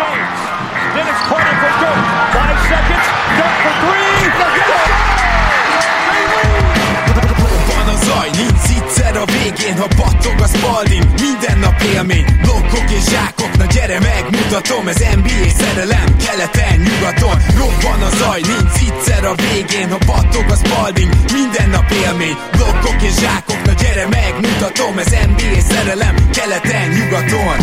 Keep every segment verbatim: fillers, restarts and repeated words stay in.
James. Dennis Carter for Dirk. Five seconds. Dirk for three. Van a zaj, nincs egyszer a végén, ha battog a Spalding, minden nap élmény, blokkok és zsákok, na gyere megmutatom, ez en bé á szerelem, keleten, nyugaton, robban a zaj, nincs egyszer a végén, ha battog a Spalding, minden nap élmény, blokkok és zsákok, na gyere megmutatom, ez en bé á szerelem, keleten, nyugaton.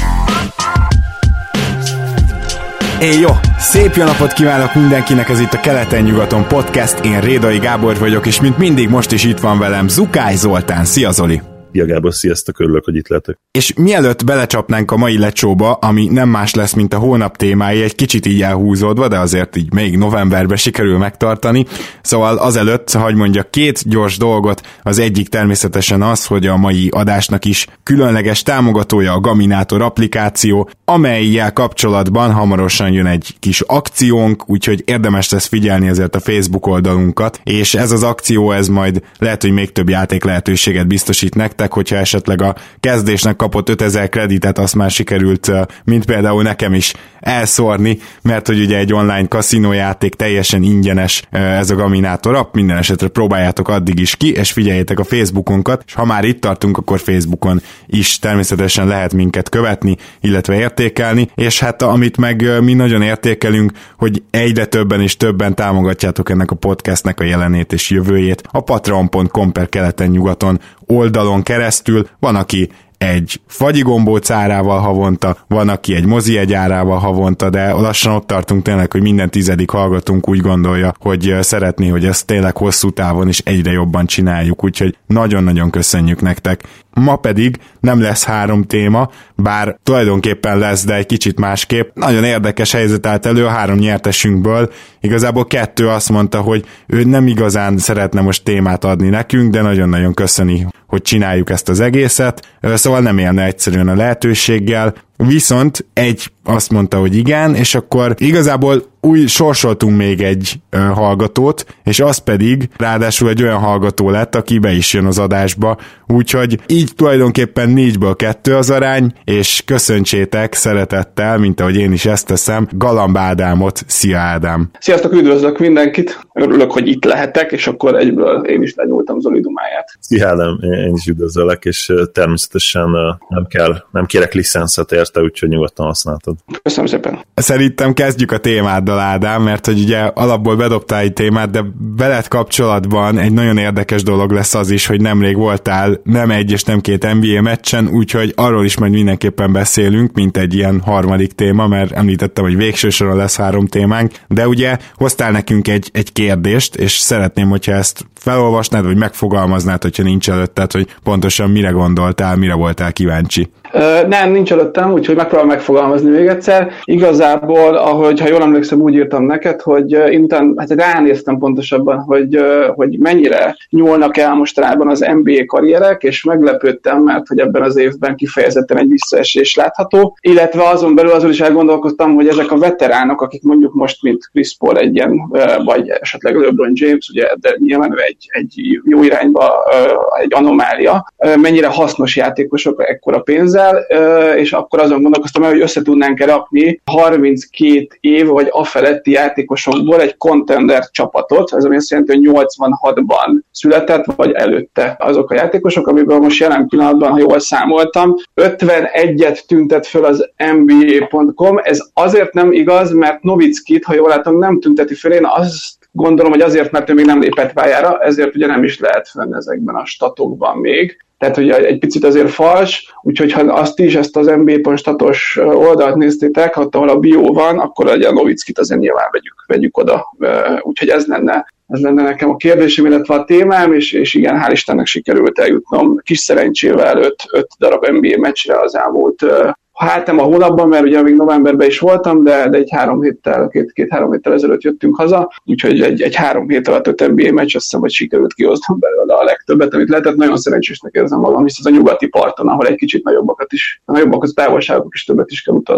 Éj, jó! Szép jó napot kívánok mindenkinek, ez itt a Keleten-nyugaton podcast, én Rédai Gábor vagyok, és mint mindig most is itt van velem Zukály Zoltán. Szia Zoli! Szia Gábor, sziasztok, örülök, hogy itt lehetek. És mielőtt belecsapnánk a mai lecsóba, ami nem más lesz, mint a hónap témái, egy kicsit így elhúzódva, de azért így még novemberben sikerül megtartani. Szóval azelőtt, hagy mondjak két gyors dolgot, az egyik természetesen az, hogy a mai adásnak is különleges támogatója a Gaminator applikáció, amellyel kapcsolatban hamarosan jön egy kis akciónk, úgyhogy érdemes lesz figyelni ezért a Facebook oldalunkat, és ez az akció, ez majd lehet, hogy még több játék lehetőséget biztosít nektek, hogyha esetleg a kezdésnek kapott ötezer kreditet, azt már sikerült, mint például nekem is elszórni, mert hogy ugye egy online kaszinójáték teljesen ingyenes ez a Gaminator app, minden esetre próbáljátok addig is ki, és figyeljétek a Facebookunkat, és ha már itt tartunk, akkor Facebookon is természetesen lehet minket követni, illetve értékelni, és hát amit meg mi nagyon értékelünk, hogy egyre többen és többen támogatjátok ennek a podcastnek a jelenét és jövőjét a patreon pont com per keleten-nyugaton oldalon keresztül. Van, aki egy fagyigombóc árával havonta, van, aki egy mozi egy árával havonta, de lassan ott tartunk tényleg, hogy minden tizedik hallgatónk úgy gondolja, hogy szeretné, hogy ezt tényleg hosszú távon is egyre jobban csináljuk, úgyhogy nagyon-nagyon köszönjük nektek. Ma pedig nem lesz három téma, bár tulajdonképpen lesz, de egy kicsit másképp. Nagyon érdekes helyzet állt elő a három nyertesünkből. Igazából kettő azt mondta, hogy ő nem igazán szeretne most témát adni nekünk, de nagyon-nagyon köszöni, hogy csináljuk ezt az egészet. Szóval nem élne egyszerűen a lehetőséggel. Viszont egy azt mondta, hogy igen, és akkor igazából új sorsoltunk még egy ö, hallgatót, és az pedig ráadásul egy olyan hallgató lett, aki be is jön az adásba, úgyhogy így tulajdonképpen négyből kettő az arány, és köszöntsétek szeretettel, mint ahogy én is ezt teszem, Galamb Ádámot. Szia Ádám! Sziasztok, üdvözlök mindenkit! Örülök, hogy itt lehetek, és akkor egyből én is lenyúltam Zoli dumáját. Szia Ádám, én is üdvözöllek, és természetesen nem kell, nem kérek licenszet érte, úgyhogy nyugodtan használtad. Köszönöm szépen! Szerintem kezdjük a témáddal, Ádám, mert hogy ugye alapból bedobtál egy témát, de veled kapcsolatban egy nagyon érdekes dolog lesz az is, hogy nemrég voltál nem egy és nem két en bé á meccsen, úgyhogy arról is majd mindenképpen beszélünk, mint egy ilyen harmadik téma, mert említettem, hogy végső soron lesz három témánk, de ugye hoztál nekünk egy, egy kérdést, és szeretném, hogyha ezt felolvasnád, vagy megfogalmaznád, hogyha nincs előtted, hogy pontosan mire gondoltál, mire voltál kíváncsi. Uh, nem, nincs előttem, úgyhogy megpróbálom megfogalmazni még egyszer. Igazából, ahogy ha jól emlékszem, úgy írtam neked, hogy uh, én utána, hát ránéztem pontosabban, hogy, uh, hogy mennyire nyúlnak el mostanában az en bé á karrierek, és meglepődtem, mert hogy ebben az évben kifejezetten egy visszaesés látható, illetve azon belül azon is elgondolkoztam, hogy ezek a veteránok, akik mondjuk most, mint Chris Paul egy ilyen, uh, vagy esetleg LeBron James, ugye, de nyilván ő egy, egy jó irányba uh, egy anomália, uh, mennyire hasznos játékosok ekkora pénzzel, és akkor azon gondolkoztam el, hogy össze tudnánk rakni harminckét év vagy afeletti játékosokból egy contender csapatot, ez ami azt jelenti, hogy nyolcvanhatban született, vagy előtte azok a játékosok, amiből most jelen pillanatban, ha jól számoltam, ötvenegyet tüntet föl az en bé á pont com. Ez azért nem igaz, mert Nowitzkit, ha jól látom, nem tünteti föl. Én azt gondolom, hogy azért, mert ő még nem lépett pályára, ezért ugye nem is lehet fönn ezekben a statokban még. Tehát, hogy egy picit azért fals, úgyhogy ha azt is, ezt az en bé á pont statos oldalt néztétek, ahol a bio van, akkor a Nowitzkit azért nyilván vegyük, vegyük oda. Úgyhogy ez lenne, ez lenne nekem a kérdésem, illetve a témám, és, és igen, hál' Istennek sikerült eljutnom kis szerencsével öt, öt darab en bé á meccsre az elmúlt, hát nem a hónapban, mert ugye még novemberben is voltam, de, de egy három héttel, két, két-három héttel ezelőtt jöttünk haza, úgyhogy egy, egy három hét alatt öt en bé á meccs, azt hiszem, hogy sikerült kihoznom belőle a legtöbbet, amit lehetett. Nagyon szerencsésnek érzem magam, hisz az a nyugati parton, ahol egy kicsit nagyobbakat is, nagyobbak az távolságok is többet is kell utazni.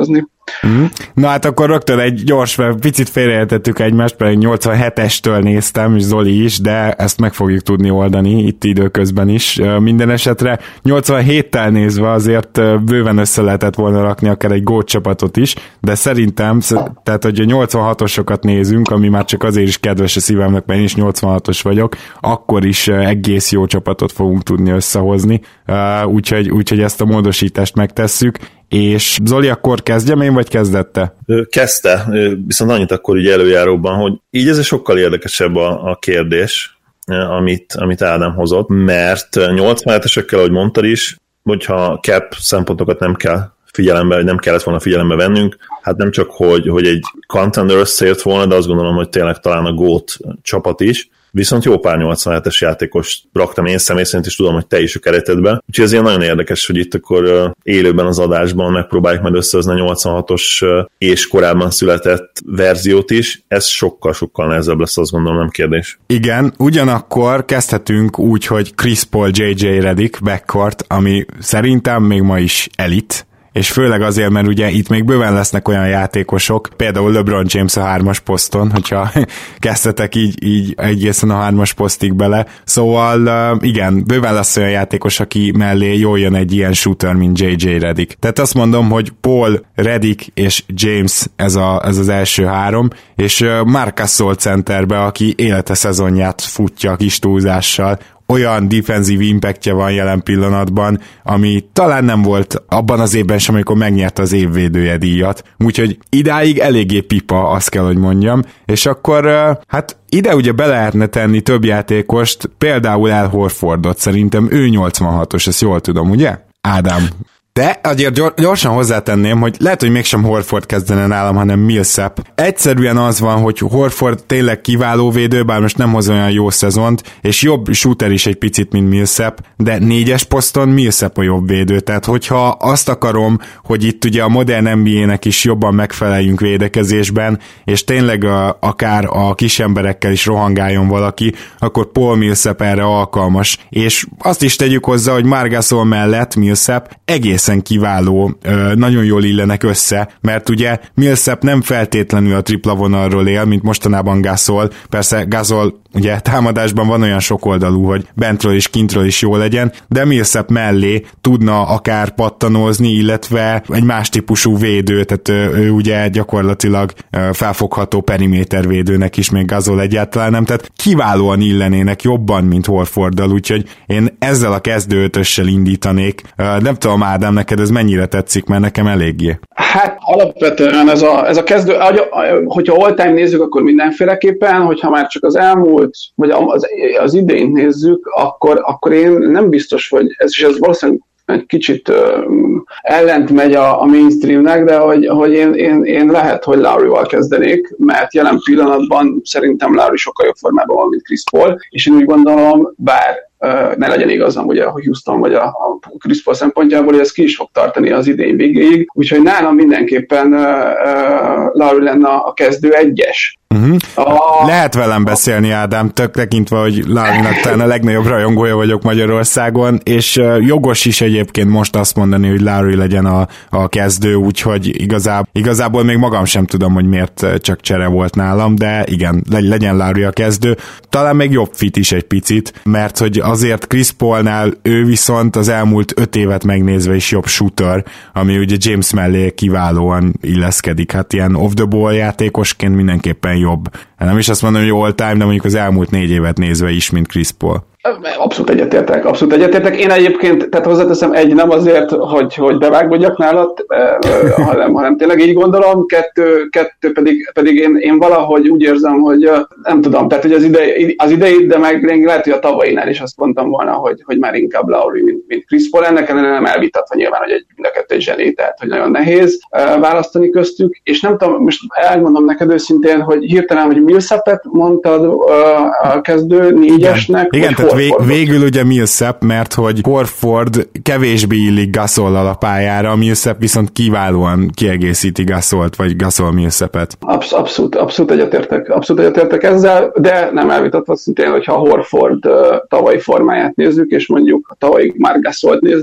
Mm. Na hát akkor rögtön egy gyors, mert picit félreértettük egymást, pedig nyolcvanhetestől néztem, és Zoli is, de ezt meg fogjuk tudni oldani itt időközben is. Minden esetre nyolcvanhéttel nézve azért bőven össze lehetett volna rakni akár egy gót csapatot is, de szerintem, tehát hogy a nyolcvanhatosokat nézünk, ami már csak azért is kedves a szívemnek, mert én is nyolcvanhatos vagyok, akkor is egész jó csapatot fogunk tudni összehozni, úgyhogy, úgyhogy ezt a módosítást megtesszük. És Zoli, akkor kezdjem én, vagy kezdette? Kezdte, viszont annyit akkor ugye előjáróban, hogy így ez sokkal érdekesebb a, a kérdés, amit, amit Ádám hozott, mert nyolcvanhetesekkel, ahogy mondtad is, hogyha cap szempontokat nem kell figyelembe, vagy nem kellett volna figyelembe vennünk, hát nem csak, hogy, hogy egy contender összeért volna, de azt gondolom, hogy tényleg talán a gót csapat is, viszont jó pár nyolcvanhetes játékost raktam én személy szerint, és tudom, hogy te is a keretedben. Úgyhogy ez ilyen nagyon érdekes, hogy itt akkor élőben az adásban megpróbáljuk majd összehozni a nyolcvanhatos és korábban született verziót is. Ez sokkal-sokkal nehezebb lesz, azt gondolom, nem kérdés. Igen, ugyanakkor kezdhetünk úgy, hogy Chris Paul, jé jé Redick backcourt, ami szerintem még ma is elit, és főleg azért, mert ugye itt még bőven lesznek olyan játékosok, például LeBron James a hármas poszton, hogyha kezdtetek így, így egészen a hármas posztig bele. Szóval igen, bőven lesz olyan játékos, aki mellé jól jön egy ilyen shooter, mint jé jé Redick. Tehát azt mondom, hogy Paul, Redick és James ez, a, ez az első három, és Marc Gasol centerbe, aki élete szezonját futja kis túlzással, olyan defensive impactja van jelen pillanatban, ami talán nem volt abban az évben sem, amikor megnyerte az évvédője díjat. Úgyhogy idáig eléggé pipa, azt kell, hogy mondjam. És akkor hát ide ugye be lehetne tenni több játékost, például Al Horfordot, szerintem ő nyolcvanhatos, ezt jól tudom, ugye? Ádám. De azért gyorsan hozzátenném, hogy lehet, hogy mégsem Horford kezdene nálam, hanem Millsap. Egyszerűen az van, hogy Horford tényleg kiváló védő, bár most nem hoz olyan jó szezont, és jobb shooter is egy picit, mint Millsap, de négyes poszton Millsap a jobb védő. Tehát hogyha azt akarom, hogy itt ugye a modern en bé á-nek is jobban megfeleljünk védekezésben, és tényleg a, akár a kis emberekkel is rohangáljon valaki, akkor Paul Millsap erre alkalmas. És azt is tegyük hozzá, hogy Marc Gasol mellett Millsap egész kiváló, nagyon jól illenek össze, mert ugye Millsap nem feltétlenül a tripla vonalról él, mint mostanában Gasol. Persze Gasol ugye támadásban van olyan sokoldalú, hogy bentről és kintről is jó legyen, de Millsap mellé tudna akár pattanózni, illetve egy más típusú védő, tehát ő, ő ugye gyakorlatilag felfogható perimétervédőnek is, még Gasol egyáltalán nem, tehát kiválóan illenének jobban, mint Horforddal, úgyhogy én ezzel a kezdőötössel indítanék. Nem tudom, Ádám, neked ez mennyire tetszik, mert nekem eléggé. Hát alapvetően ez a, ez a kezdő, hogyha all-time nézzük, akkor mindenféleképpen, hogyha már csak az elmúlt, vagy az, az idényt nézzük, akkor, akkor én nem biztos, hogy ez is ez valószínűleg egy kicsit uh, ellent megy a, a mainstreamnek, de hogy, hogy én, én, én lehet, hogy Lowry-val kezdenék, mert jelen pillanatban szerintem Lowry sokkal jobb formában van, mint Chris Paul, és én úgy gondolom, bár Uh, ne legyen igazam, ugye, hogy Houston vagy a, a Chris Paul szempontjából, hogy ez ki is fog tartani az idény végéig, úgyhogy nálam mindenképpen uh, uh, Lowry lenne a kezdő egyes. Uh-huh. A... Lehet velem beszélni, Ádám, tök tekintve, hogy Lowrynak talán a legnagyobb rajongója vagyok Magyarországon, és uh, jogos is egyébként most azt mondani, hogy Lowry legyen a, a kezdő, úgyhogy igazából, igazából még magam sem tudom, hogy miért csak csere volt nálam, de igen, legyen Lowry a kezdő. Talán még jobb fit is egy picit, mert hogy azért Chris Paulnál ő viszont az elmúlt öt évet megnézve is jobb shooter, ami ugye James mellé kiválóan illeszkedik. Hát ilyen off-the-ball játékosként mindenképpen jobb. Nem is azt mondom, hogy all-time, de mondjuk az elmúlt négy évet nézve is, mint Chris Paul. Abszolút egyetértek, abszolút egyetértek. Én egyébként, tehát hozzáteszem, egy nem azért, hogy, hogy bevágódjak nálad, hanem, hanem tényleg így gondolom, kettő, kettő pedig, pedig én, én valahogy úgy érzem, hogy nem tudom, tehát hogy az, idei, az idei, de meg lehet, hogy a tavainál is azt mondtam volna, hogy, hogy már inkább Lowry, mint, mint Chris Paul. Ennek ellenére nem elvitatva nyilván, hogy egy, mind a kettő egy zseni, tehát hogy nagyon nehéz választani köztük, és nem tudom, most elmondom neked őszintén, hogy hirtelen, hogy Millsapet mondtad a kezdő négyesnek, igen, igen, Vég, végül ugye Millsap, mert hogy Horford kevésbé illik Gasollal a pályára, Millsap viszont kiválóan kiegészíti Gasolt, vagy Gasol Millsapet. Absz- abszolút, abszolút egyetértek, abszolút egyetértek ezzel, de nem elvitatva szintén, hogyha Horford uh, tavalyi formáját nézzük, és mondjuk a tavalyi már Gasolt néznék,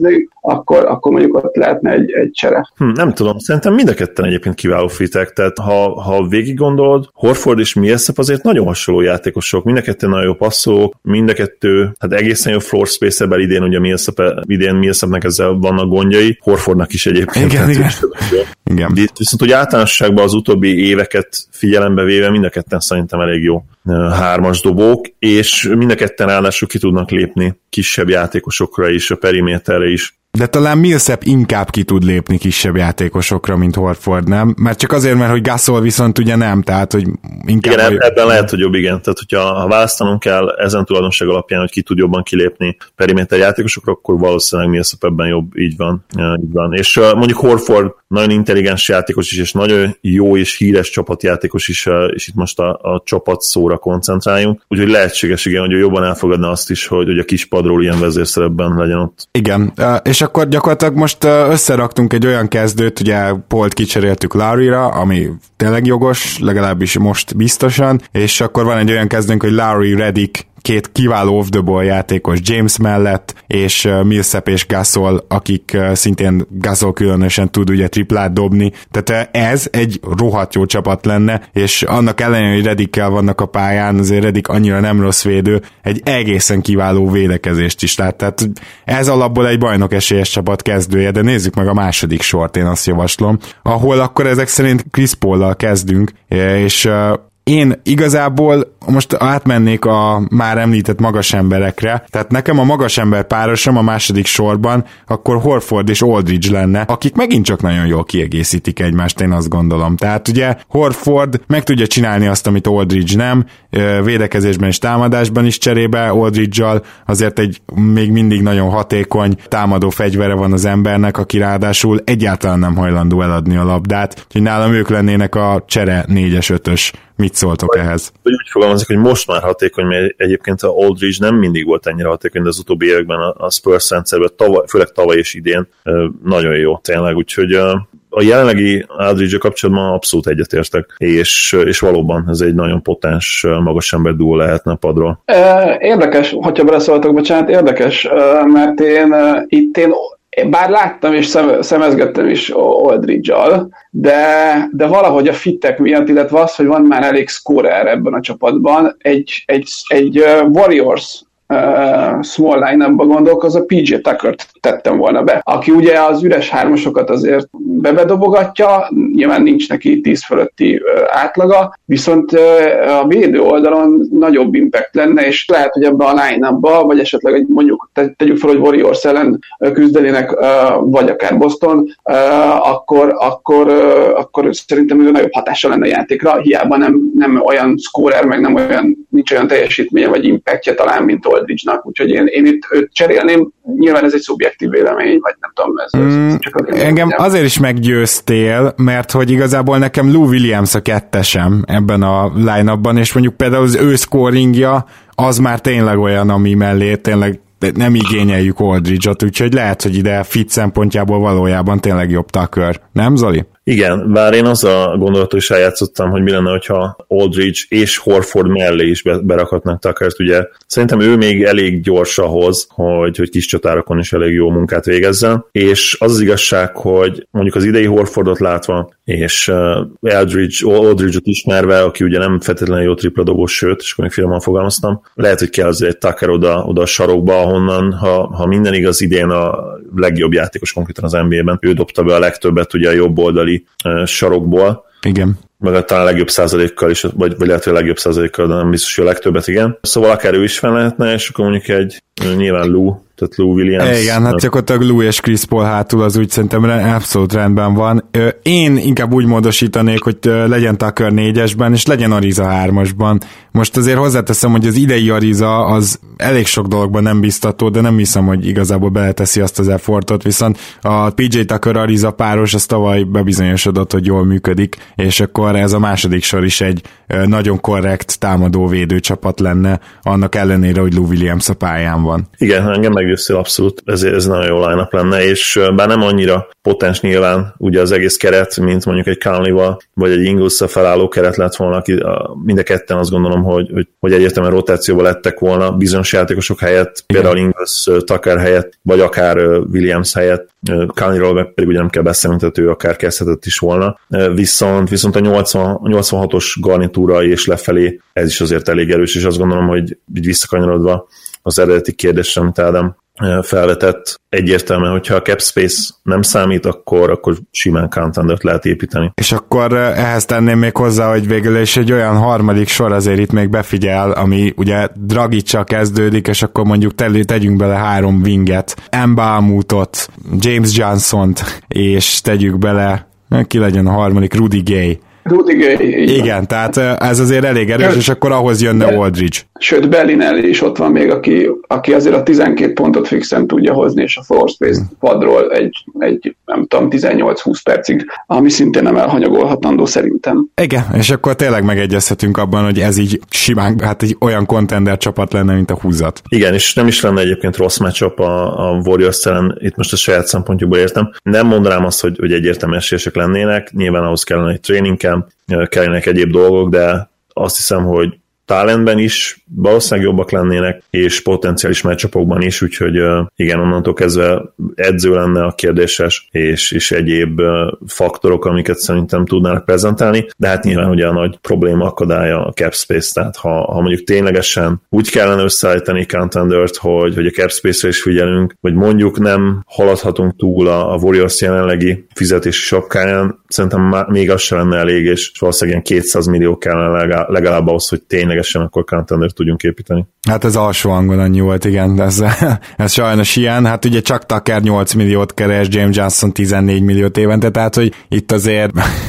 akkor, akkor mondjuk ott lehetne egy, egy csere. Hm, nem tudom, szerintem mind a ketten egyébként kiváló fitek, tehát ha, ha végig gondolod, Horford és Millsap azért nagyon hasonló játékosok, mind a ketten nagyon jó passzolók, mind a kettő, hát egészen jó floor space-ebben idén, ugye Millsap, idén Millsapnek ezzel vannak gondjai, Horfordnak is egyébként. Igen, igen. igen. Viszont, hogy általánosságban az utóbbi éveket figyelembe véve mind a ketten szerintem elég jó hármas dobók, és mind a ketten ráadásul ki tudnak lépni kisebb játékosokra is, a periméterre is. De talán Millsap inkább ki tud lépni kisebb játékosokra, mint Horford, nem? Mert csak azért, mert hogy Gasol viszont ugye nem, tehát hogy inkább... Igen, hogy... ebben lehet, hogy jobb, igen. Tehát, hogyha ha választanunk kell ezen tulajdonság alapján, hogy ki tud jobban kilépni periméter játékosokra, akkor valószínűleg Millsap ebben jobb, így van. Ja, így van. És uh, mondjuk Horford nagyon intelligens játékos is, és nagyon jó és híres csapatjátékos is, uh, és itt most a, a csapat szóra koncentráljunk. Úgyhogy lehetséges, igen, hogy ő jobban elfogadna azt is, hogy, hogy a kispadról ilyen vezérszerepben legyen ott. Igen, uh, és akkor gyakorlatilag most összeraktunk egy olyan kezdőt, ugye Pault kicseréltük Lowry-ra, ami tényleg jogos, legalábbis most biztosan, és akkor van egy olyan kezdőnk, hogy Lowry, Redick, két kiváló off-the-ball játékos James mellett, és Millsap és Gasol, akik szintén Gasol különösen tud ugye triplát dobni, tehát ez egy rohadt jó csapat lenne, és annak ellenére, hogy Redickkel vannak a pályán, azért Redick annyira nem rossz védő, egy egészen kiváló védekezést is lát, tehát ez alapból egy bajnok esélyes csapat kezdője, de nézzük meg a második sort, én azt javaslom, ahol akkor ezek szerint Chris Paul-lal kezdünk, és én igazából most átmennék a már említett magas emberekre, tehát nekem a magas ember párosom a második sorban, akkor Horford és Aldridge lenne, akik megint csak nagyon jól kiegészítik egymást, én azt gondolom. Tehát ugye Horford meg tudja csinálni azt, amit Aldridge nem, védekezésben és támadásban is cserébe, Aldridge-al azért egy még mindig nagyon hatékony támadó fegyvere van az embernek, aki ráadásul egyáltalán nem hajlandó eladni a labdát, úgyhogy nálam ők lennének a csere négyes, ötös. Mit szóltok ehhez? Úgy fogalmazok, hogy most már hatékony, mert egyébként a Aldridge nem mindig volt ennyire hatékony, de az utóbbi években a Spurs rendszerben, tavaly, főleg tavaly és idén nagyon jó tényleg, úgyhogy a jelenlegi Aldridge-a kapcsolatban abszolút egyetértek, és, és valóban ez egy nagyon potens magas ember duó lehetne a padról. Érdekes, hogyha beleszóltok, bocsánat, érdekes, mert én itt én bár láttam és szem, szemezgettem is Aldridge-al, de, de valahogy a fittek miatt, illetve az, hogy van már elég scorer ebben a csapatban, egy, egy, egy Warriors Uh, small line-upba gondolkozva, pé jé Tuckert tettem volna be, aki ugye az üres hármasokat azért bebedobogatja, nyilván nincs neki tíz fölötti uh, átlaga, viszont uh, a védő oldalon nagyobb impact lenne, és lehet, hogy ebbe a line-upba, vagy esetleg egy, mondjuk tegyük fel, hogy Warriors ellen küzdenének, uh, vagy akár Boston, uh, akkor, akkor, uh, akkor szerintem ő nagyobb hatással lenne a játékra, hiába nem, nem olyan scorer, meg nem olyan, nincs olyan teljesítménye, vagy impactje talán, mint Aldridge-nak, úgyhogy én, én itt őt cserélném, nyilván ez egy szubjektív vélemény, vagy nem tudom, ez, ez mm, csak azért engem mondjam. Azért is meggyőztél, mert hogy igazából nekem Lou Williams a kettesem ebben a line-upban, és mondjuk például az ő scoringja, az már tényleg olyan, ami mellé tényleg nem igényeljük Aldridge-ot, úgyhogy lehet, hogy ide fit szempontjából valójában tényleg jobb Tucker. Nem, Zoli? Igen, bár én az a gondolatot is eljátszottam, hogy mi lenne, hogyha Aldridge és Horford mellé is berakhatnak Tuckert, ugye szerintem ő még elég gyors ahhoz, hogy, hogy kis csatárokon is elég jó munkát végezzen, és az az igazság, hogy mondjuk az idei Horfordot látva, és uh, Aldridge, Aldridge-ot ismerve, aki ugye nem feltétlenül jó tripla dobós, sőt, és akkor még finoman fogalmaztam, lehet, hogy kell azért egy Tucker oda, oda a sarokba, ahonnan, ha, ha minden igaz, idén a legjobb játékos konkrétan az en bé á-ben, ő dobta be a legtöbbet ugye a jobb oldali sarokból. Igen. Meg talán a legjobb százalékkal is, vagy, vagy lehet, hogy a legjobb százalékkal, de nem biztos, hogy a legtöbbet, igen. Szóval akár ő is fel lehetne, és akkor mondjuk egy nyilván Lou, tehát Lou Williams. Igen, hát gyakorlatilag Lou és Chris Paul hátul az úgy szerintem abszolút rendben van. Én inkább úgy módosítanék, hogy legyen Tucker négyesben, és legyen Ariza hármasban. Most azért hozzáteszem, hogy az idei Ariza az elég sok dologban nem biztató, de nem hiszem, hogy igazából beleteszi azt az effortot, viszont a pé jé Tucker Ariza páros, az tavaly bebizonyosodott, hogy jól működik, és akkor ez a második sor is egy nagyon korrekt támadó-védő csapat lenne, annak ellenére, hogy Lou Williams a pályán van. Igen, engem meggyőztél abszolút, ez, ez nagyon jó line-up lenne, és bár nem annyira potens nyilván ugye az egész keret, mint mondjuk egy Conley-val, vagy egy Ingles-szel felálló keret lett volna, aki a, mind a ketten azt gondolom, hogy, hogy, hogy egyértelműen rotációba lettek volna bizonyos játékosok helyett, igen. Például Ingles, Tucker helyett, vagy akár Williams helyett, Conley-ról pedig ugye nem kell beszélni, tehát ő akár kezdhetett is volna. Viszont, viszont a nyolcvan, nyolcvanhatos garnitúra és lefelé ez is azért elég erős, és azt gondolom, hogy így visszakanyarodva az eredeti kérdésre, amit Ádám felvetett, egyértelműen, hogyha a cap space nem számít, akkor, akkor simán contendert lehet építeni. És akkor ehhez tenném még hozzá, hogy végül is egy olyan harmadik sor azért itt még befigyel, ami ugye Dragic-sal kezdődik, és akkor mondjuk tegyünk bele három winget, Mbamoutot, James Johnson-t, és tegyük bele, ki legyen a harmadik, Rudy Gay. Rudy Gay. Igen, tehát ez azért elég erős, Sőt, és akkor ahhoz jönne Be- Aldridge. Sőt, Bellinelli is ott van még, aki, aki azért a tizenkét pontot fixen tudja hozni, és a floor space padról egy, egy nem tudom, tizennyolc-húsz percig, ami szintén nem elhanyagolhatandó szerintem. Igen, és akkor tényleg megegyezhetünk abban, hogy ez így simán, hát egy olyan contender csapat lenne, mint a húzat. Igen, és nem is lenne egyébként rossz matchup a, a Warriors ellen, itt most a saját szempontjukból értem. Nem mondanám azt, hogy, hogy egyértelmű esélyesek lennének, nyilván ahhoz kellene egy training camp, kellenek egyéb dolgok, de azt hiszem, hogy talentben is valószínűleg jobbak lennének, és potenciális meccsapokban is, úgyhogy uh, igen, onnantól kezdve edző lenne a kérdéses, és, és egyéb uh, faktorok, amiket szerintem tudnának prezentálni, de hát nyilván ugye a nagy probléma akadálya a cap space, tehát ha, ha mondjuk ténylegesen úgy kellene összeállítani contendert, hogy, hogy a cap space-re is figyelünk, vagy mondjuk nem haladhatunk túl a, a Warriors jelenlegi fizetési sapkáján, szerintem már még az sem lenne elég, és valószínűleg kétszáz millió kellene legalább, legalább ahhoz, hogy ténylegesen akkor contender tudjunk építeni. Hát ez alsó hangon annyi volt, igen, de ez, ez sajnos ilyen. Hát ugye csak Tucker nyolc milliót keres, James Johnson tizennégy milliót évente, tehát hogy itt azért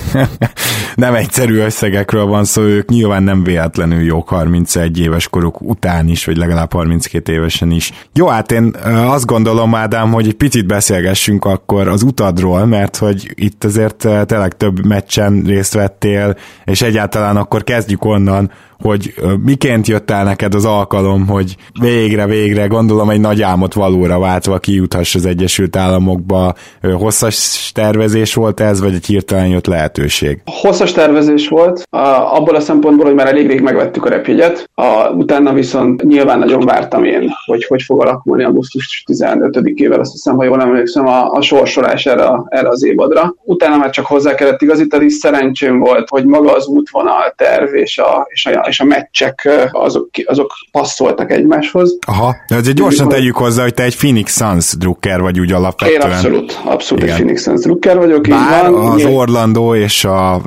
nem egyszerű összegekről van szó, ők nyilván nem véletlenül jók harmincegy éves koruk után is, vagy legalább harminckét évesen is. Jó, hát én azt gondolom, Ádám, hogy egy picit beszélgessünk akkor az utadról, mert hogy itt azért tényleg több meccsen részt vettél, és egyáltalán akkor kezdjük onnan, hogy miként jött el neked az alkalom, hogy végre-végre, gondolom egy nagy álmot valóra váltva kijuthass az Egyesült Államokba. Hosszas tervezés volt ez, vagy egy hirtelen jött lehetőség? Hosszas tervezés volt, abból a szempontból, hogy már elég rég megvettük a repjegyet, a, utána viszont nyilván nagyon vártam én, hogy hogy fog alakulni augusztus tizenötödikével, azt hiszem, ha jól emlékszem, a, a sorsolás erre, erre az évadra. Utána már csak hozzá kellett igazítani, szerencsém volt, hogy maga az útvonal terv és a, és a és a meccsek azok, azok passzoltak egymáshoz. Aha, de azért gyorsan tegyük hozzá, hogy te egy Phoenix Suns drukker vagy úgy alapvetően. Én abszolút, abszolút egy Phoenix Suns drukker vagyok. Bár van, az Orlando és a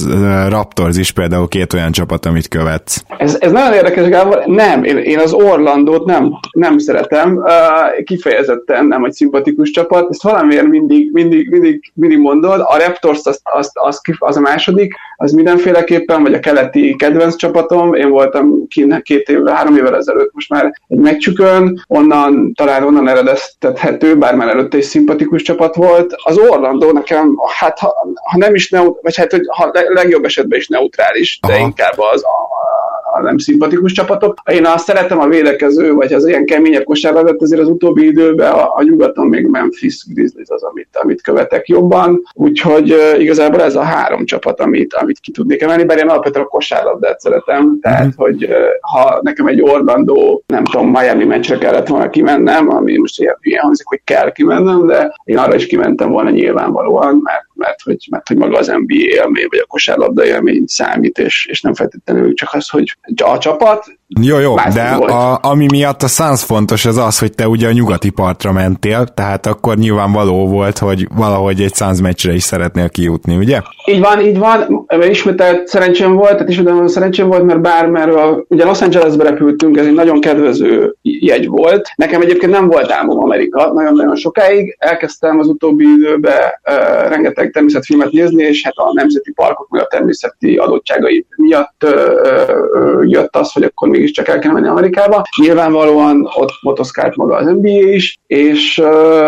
Raptors is például két olyan csapat, amit követsz. Ez, ez nagyon érdekes, Gábor. Nem, én, én az Orlandót nem, nem szeretem. Uh, kifejezetten nem egy szimpatikus csapat. Ezt valamiért mindig, mindig, mindig, mindig mondod. A Raptors az, az, az, az a második, az mindenféleképpen, vagy a keleti kedvenc csapatom. Én voltam két évvel, három évvel ezelőtt most már egy meccsükön, onnan, talán onnan eredeztethető, bár már előtte is szimpatikus csapat volt. Az Orlando nekem, hát ha, ha nem is, neut- vagy hát hogy ha legjobb esetben is neutrális, de Aha. inkább az a, a nem szimpatikus csapatok. Én azt szeretem a védekező, vagy az ilyen keményebb kosárlabdát, azért az utóbbi időben a, a nyugaton még Memphis Grizzlies az, amit, amit követek jobban. Úgyhogy uh, igazából ez a három csapat, amit, amit ki tudnék emelni, bár én alapvetően a kosárlabdát szeretem, tehát mm-hmm. hogy uh, ha nekem egy Orlando, nem tudom, Miami meccsre kellett volna kimennem, ami most ilyen, ilyen hangzik, hogy kell kimennem, de én arra is kimentem volna nyilvánvalóan, mert, mert, hogy, mert hogy maga az en bé á élmény, vagy a kosárlabda élmény számít, és, és nem feltétlenül csak az, hogy a csapat. Jó, jó, de a, ami miatt a Suns fontos az az, hogy te ugye a nyugati partra mentél, tehát akkor nyilvánvaló volt, hogy valahogy egy Suns meccsre is szeretnél kijutni, ugye? Így van, így van, ismételt szerencsém volt, tehát ismételten szerencsém volt, mert bármerről, ugye Los Angelesbe repültünk, ez egy nagyon kedvező jegy volt. Nekem egyébként nem volt álmom Amerika, nagyon-nagyon sokáig. Elkezdtem az utóbbi időben uh, rengeteg természetfilmet nézni, és hát a nemzeti parkok, meg a természeti adottságai miatt uh, uh, jött az, hogy akkor még mégiscsak el kell menni Amerikába. Nyilvánvalóan ott motoszkált maga az en bé á is, és,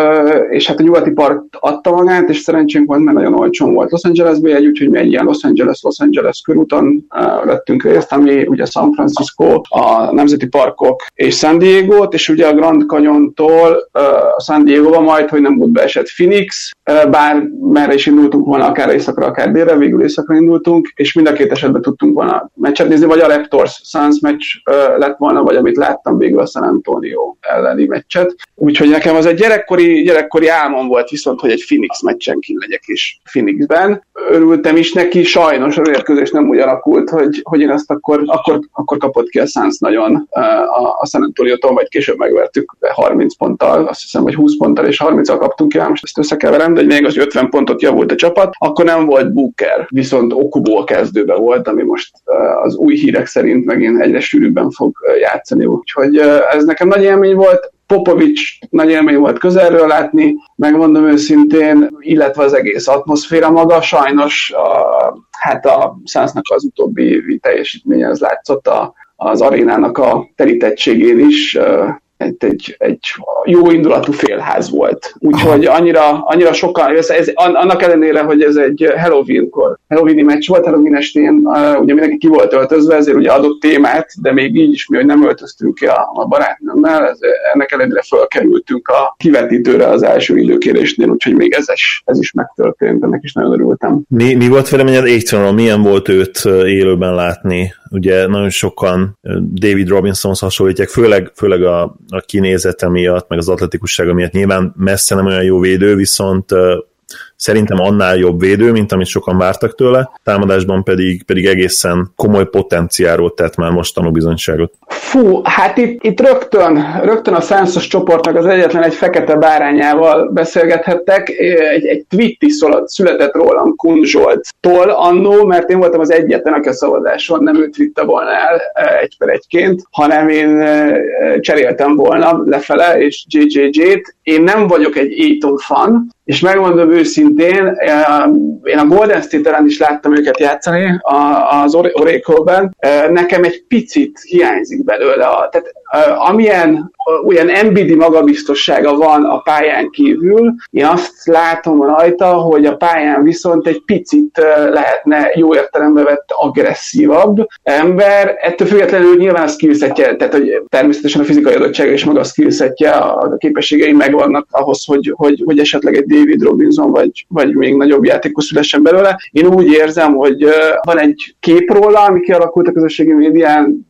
és hát a nyugati park adta magát, és szerencsénk volt, mert nagyon olcsón volt Los Angelesbe egy, úgyhogy mi egy ilyen Los Angeles-Los Angeles körúton vettünk részt, ami ugye San Francisco, a nemzeti parkok és San Diego-t, és ugye a Grand Canyontól a San Diego-ba majd, hogy nem volt beesett Phoenix, bár merre is indultunk volna, akár északra, akár délre, végül északra indultunk, és mind a két esetben tudtunk volna meccset nézni, vagy a Raptors Suns meccs lett volna, vagy amit láttam végül a San Antonio elleni meccset. Úgyhogy nekem az egy gyerekkori, gyerekkori álmom volt viszont, hogy egy Phoenix meccsen kint legyek is Phoenixben. Örültem is neki, sajnos a mérkőzés nem úgy alakult, hogy, hogy én ezt akkor, akkor, akkor kapott ki a Suns nagyon a, a San Antonio-tól, vagy később megvertük harminc ponttal, azt hiszem, hogy húsz ponttal és harminccal kaptunk ki, most ezt összekeverem, de még az ötven pontot javult a csapat, akkor nem volt Booker, viszont Okubo a kezdőben volt, ami most az új hírek szerint megint egyre sűrűbben fog játszani, úgyhogy ez nekem nagy élmény volt. Popovics nagy élmény volt közelről látni, megmondom őszintén, illetve az egész atmoszféra maga, sajnos a, hát a Sunsnak az utóbbi teljesítménye az látszott a, az arénának a terítettségén is, Egy, egy, egy jó indulatú félház volt. Úgyhogy annyira, annyira sokan, ez, ez, annak ellenére, hogy ez egy Halloween-kor, Halloweeni meccs volt, Halloween estén, uh, ugye mindenki ki volt öltözve, ezért ugye adott témát, de még így is mi, hogy nem öltöztünk ki a, a barátnőmmel, ez, ennek ellenére fölkerültünk a kivetítőre az első időkérésnél, úgyhogy még ez is, ez is megtörtént, ennek is nagyon örültem. Mi, mi volt véleményed Aitonról? Milyen volt őt élőben látni? Ugye nagyon sokan David Robinsonhoz hasonlítják, főleg, főleg a, a kinézete miatt, meg az atletikussága miatt. Nyilván messze nem olyan jó védő, viszont uh, szerintem annál jobb védő, mint amit sokan vártak tőle, támadásban pedig, pedig egészen komoly potenciáról tett már most tanúbizonyságot. Fú, hát itt, itt rögtön, rögtön a Suns-os csoportnak az egyetlen egy fekete bárányával beszélgethettek, egy, egy tweet is született rólam Kun Zsolttól annó, mert én voltam az egyetlen, aki a szavazáson nem ő twitte volna el egy per egyként, hanem én cseréltem volna lefele, és jé jé jét. Én nem vagyok egy Aiton fan, és megmondom őszintén, én a Golden State-elen is láttam őket játszani az Oracle-ben, nekem egy picit hiányzik belőle. Tehát amilyen olyan en bé dé magabiztossága van a pályán kívül, én azt látom rajta, hogy a pályán viszont egy picit lehetne jó értelembe vett agresszívabb ember, ettől függetlenül nyilván a skillsetje, tehát hogy természetesen a fizikai adottsága és maga a skillsetje, a képességei megvannak ahhoz, hogy, hogy, hogy esetleg egy David Robinson vagy, vagy még nagyobb játékos szülessen belőle. Én úgy érzem, hogy van egy kép róla, ami kialakult a közösségi médián,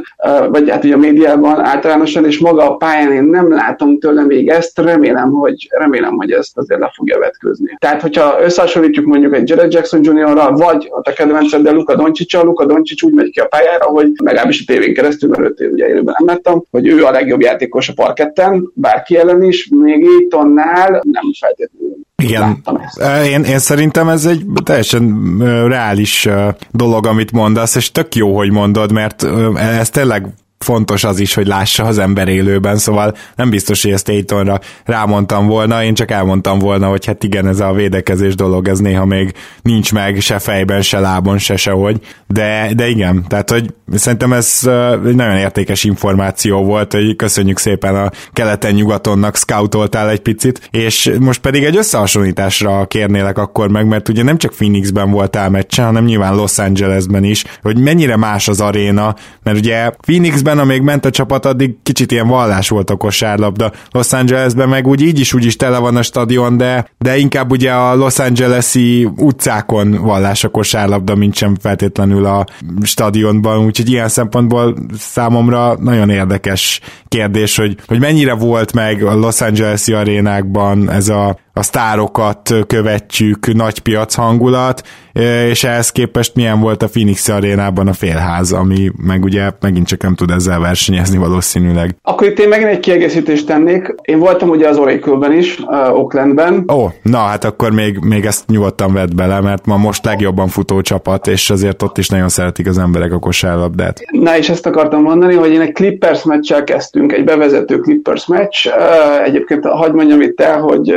vagy hát ugye a médiában általánosan, és maga a pályán én nem látom tőle még ezt, remélem, hogy, remélem, hogy ezt azért le fogja vetkőzni. Tehát, hogyha összehasonlítjuk mondjuk egy Jared Jackson juniorral, vagy a te kedvenceddel Luka Doncsicsal, Luka Doncsics úgy megy ki a pályára, hogy legalábbis a tévén keresztül, mert őt ugye élőben nem láttam, hogy ő a legjobb játékos a parketten, bárki ellen is, még Aitonnál nem feltétlenül. Igen, én, én szerintem ez egy teljesen reális dolog, amit mondasz, és tök jó, hogy mondod, mert ez tényleg fontos az is, hogy lássa az ember élőben, szóval nem biztos, hogy ezt Aitonra rámondtam volna, én csak elmondtam volna, hogy hát igen, ez a védekezés dolog, ez néha még nincs meg se fejben, se lábon, se sehogy, de, de igen, tehát, hogy szerintem ez egy nagyon értékes információ volt, hogy köszönjük szépen a keleten-nyugatonnak, scoutoltál egy picit, és most pedig egy összehasonlításra kérnélek akkor meg, mert ugye nem csak Phoenixben voltál meccsen, hanem nyilván Los Angelesben is, hogy mennyire más az aréna, mert ugye Phoenix amíg ment a csapat, addig kicsit ilyen vallás volt a kosárlabda. Los Angelesben meg úgy így is úgy is tele van a stadion, de, de inkább ugye a Los Angeles-i utcákon vallás a kosárlabda, mint sem feltétlenül a stadionban, úgyhogy ilyen szempontból számomra nagyon érdekes kérdés, hogy, hogy mennyire volt meg a Los Angeles-i arénákban ez a a sztárokat követjük, nagy piac hangulat, és ehhez képest milyen volt a Phoenix arénában a félház, ami meg ugye megint csak nem tud ezzel versenyezni valószínűleg. Akkor itt én megint egy kiegészítést tennék. Én voltam ugye az Oracle-ben is, uh, Oaklandben. Ó, oh, na hát akkor még, még ezt nyugodtan vedd bele, mert ma most legjobban futó csapat, és azért ott is nagyon szeretik az emberek a kosárlabdát. Na és ezt akartam mondani, hogy én egy Clippers meccsel kezdtünk, egy bevezető Clippers meccs. Uh, egyébként hagyd mondjam itt el, hogy ez egy nagyon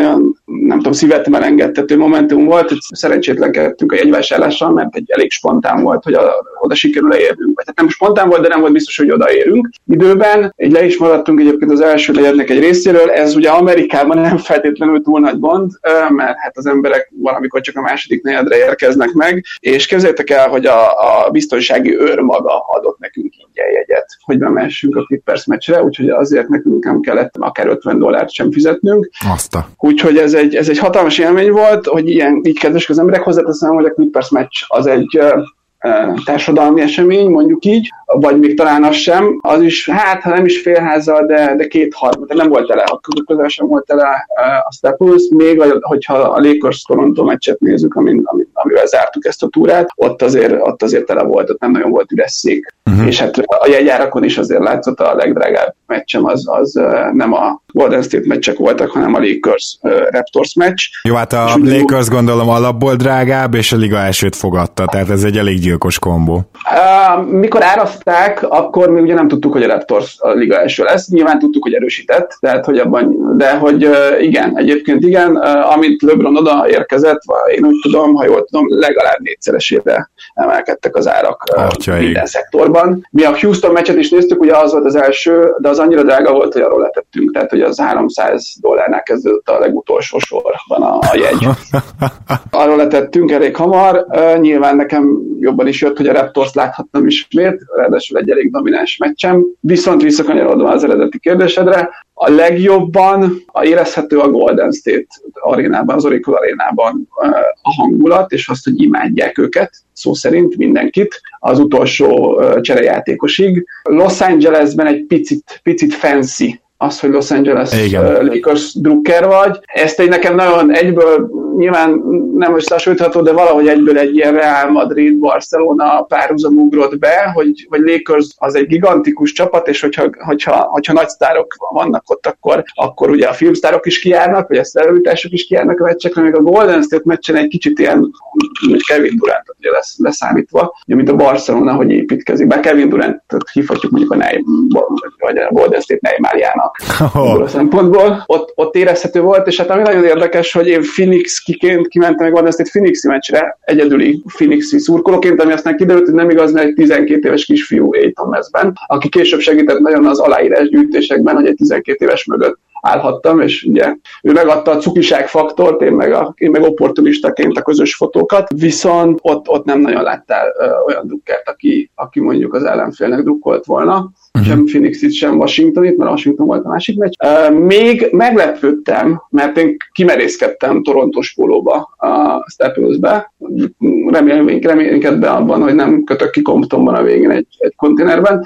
nagyon, nem tudom, szívet melengedtető momentum volt, hogy szerencsétlenkedtünk a jegyvásárlással, mert egy elég spontán volt, hogy a, oda sikerül érnünk. Vagy hát nem spontán volt, de nem volt biztos, hogy odaérünk időben. Így le is maradtunk egyébként az első negyednek egy részéről. Ez ugye Amerikában nem feltétlenül túl nagy gond, mert hát az emberek valamikor csak a második negyedre érkeznek meg, és képzeljétek el, hogy a, a biztonsági őr maga adott nekünk ingyen jegyet, hogy bemehessünk a Clippers meccsre, úgyhogy azért nekünk nem kellett akár ötven dollárt sem fizetnünk. Azta. Úgyhogy ez egy, ez egy hatalmas élmény volt, hogy ilyen így kedvesek az emberek. Hozzáteszem, hogy a Clippers meccs az egy társadalmi esemény, mondjuk így, vagy még talán az sem, az is, hát ha nem is félházzal, de, de kétharmad, nem volt tele, a közel sem volt tele a Staples, még hogyha a Lakers-Toronto meccset nézzük, amin, amivel zártuk ezt a túrát, ott azért, ott azért tele volt, ott nem nagyon volt üres szék. Uh-huh. És hát a jegyárakon is azért látszott, a legdrágább meccsem az, az nem a Golden State meccsek voltak, hanem a Lakers-Raptors meccs. Jó, hát a Lakers gondolom alapból drágább, és a liga elsőt fogadta, tehát ez egy elég gyilkos kombó. Uh, mikor árazták, akkor mi ugye nem tudtuk, hogy a Raptors a liga első lesz, nyilván tudtuk, hogy erősített, tehát hogy abban, de hogy uh, igen, egyébként igen, uh, amit LeBron oda érkezett, vagy én úgy tudom, ha jól tudom, legalább négyszeresére emelkedtek az árak uh, minden szektorban. Mi a Houston meccset is néztük, ugye az volt az első, de az annyira drága volt, hogy arról letettünk, tehát hogy az háromszáz dollárnál kezdődött a legutolsó sorban a, a jegy. Arról letettünk elég hamar, uh, nyilván nekem jobban is jött, hogy a Raptors láthattam ismét, ráadásul egy elég domináns meccsem, viszont visszakanyarodva az eredeti kérdésedre, a legjobban a érezhető a Golden State arénában, az Oracle arénában a hangulat, és azt, hogy imádják őket, szó szerint mindenkit, az utolsó cserejátékosig. Los Angelesben egy picit, picit fancy az, hogy Los Angeles uh, Lakers drukker vagy. Ezt egy nekem nagyon egyből, nyilván nem összehasonlítható, de valahogy egyből egy ilyen Real Madrid, Barcelona párhuzam ugrott be, hogy, hogy Lakers az egy gigantikus csapat, és hogyha, hogyha, hogyha nagy sztárok vannak ott, akkor, akkor ugye a filmsztárok is kijárnak, vagy a szerelőtársak is kijárnak a meccsekre, még a Golden State meccsen egy kicsit ilyen, hogy Kevin Durant ugye lesz leszámítva, mint a Barcelona, hogy építkezik. Bár Kevin Durantot hívhatjuk mondjuk a Neymar, vagy a Golden State Neymarjának. Oh. A szempontból. Ott, ott érezhető volt, és hát ami nagyon érdekes, hogy én Phoenix kiként kimentem meg Golden State Phoenixi meccsre, egyedüli Phoenixi szurkolóként, ami aztán kiderült, hogy nem igaz, mert egy tizenkét éves kisfiú Aiton mezben, aki később segített nagyon az aláírás gyűjtésekben, hogy egy tizenkét éves mögött állhattam, és ugye ő megadta a cukiság faktort, én meg, a, én meg opportunistaként a közös fotókat, viszont ott, ott nem nagyon láttál ö, olyan drukkert, aki, aki mondjuk az ellenfélnek drukkolt volna. Uh-huh. Sem Phoenixit, sem Washingtonit, mert Washington volt a másik meccs. Uh, még meglepődtem, mert én kimerészkedtem Torontos pólóba a Staplesbe. Remélem, reménykedve abban, hogy nem kötök ki Comptonban a végén egy, egy konténerben.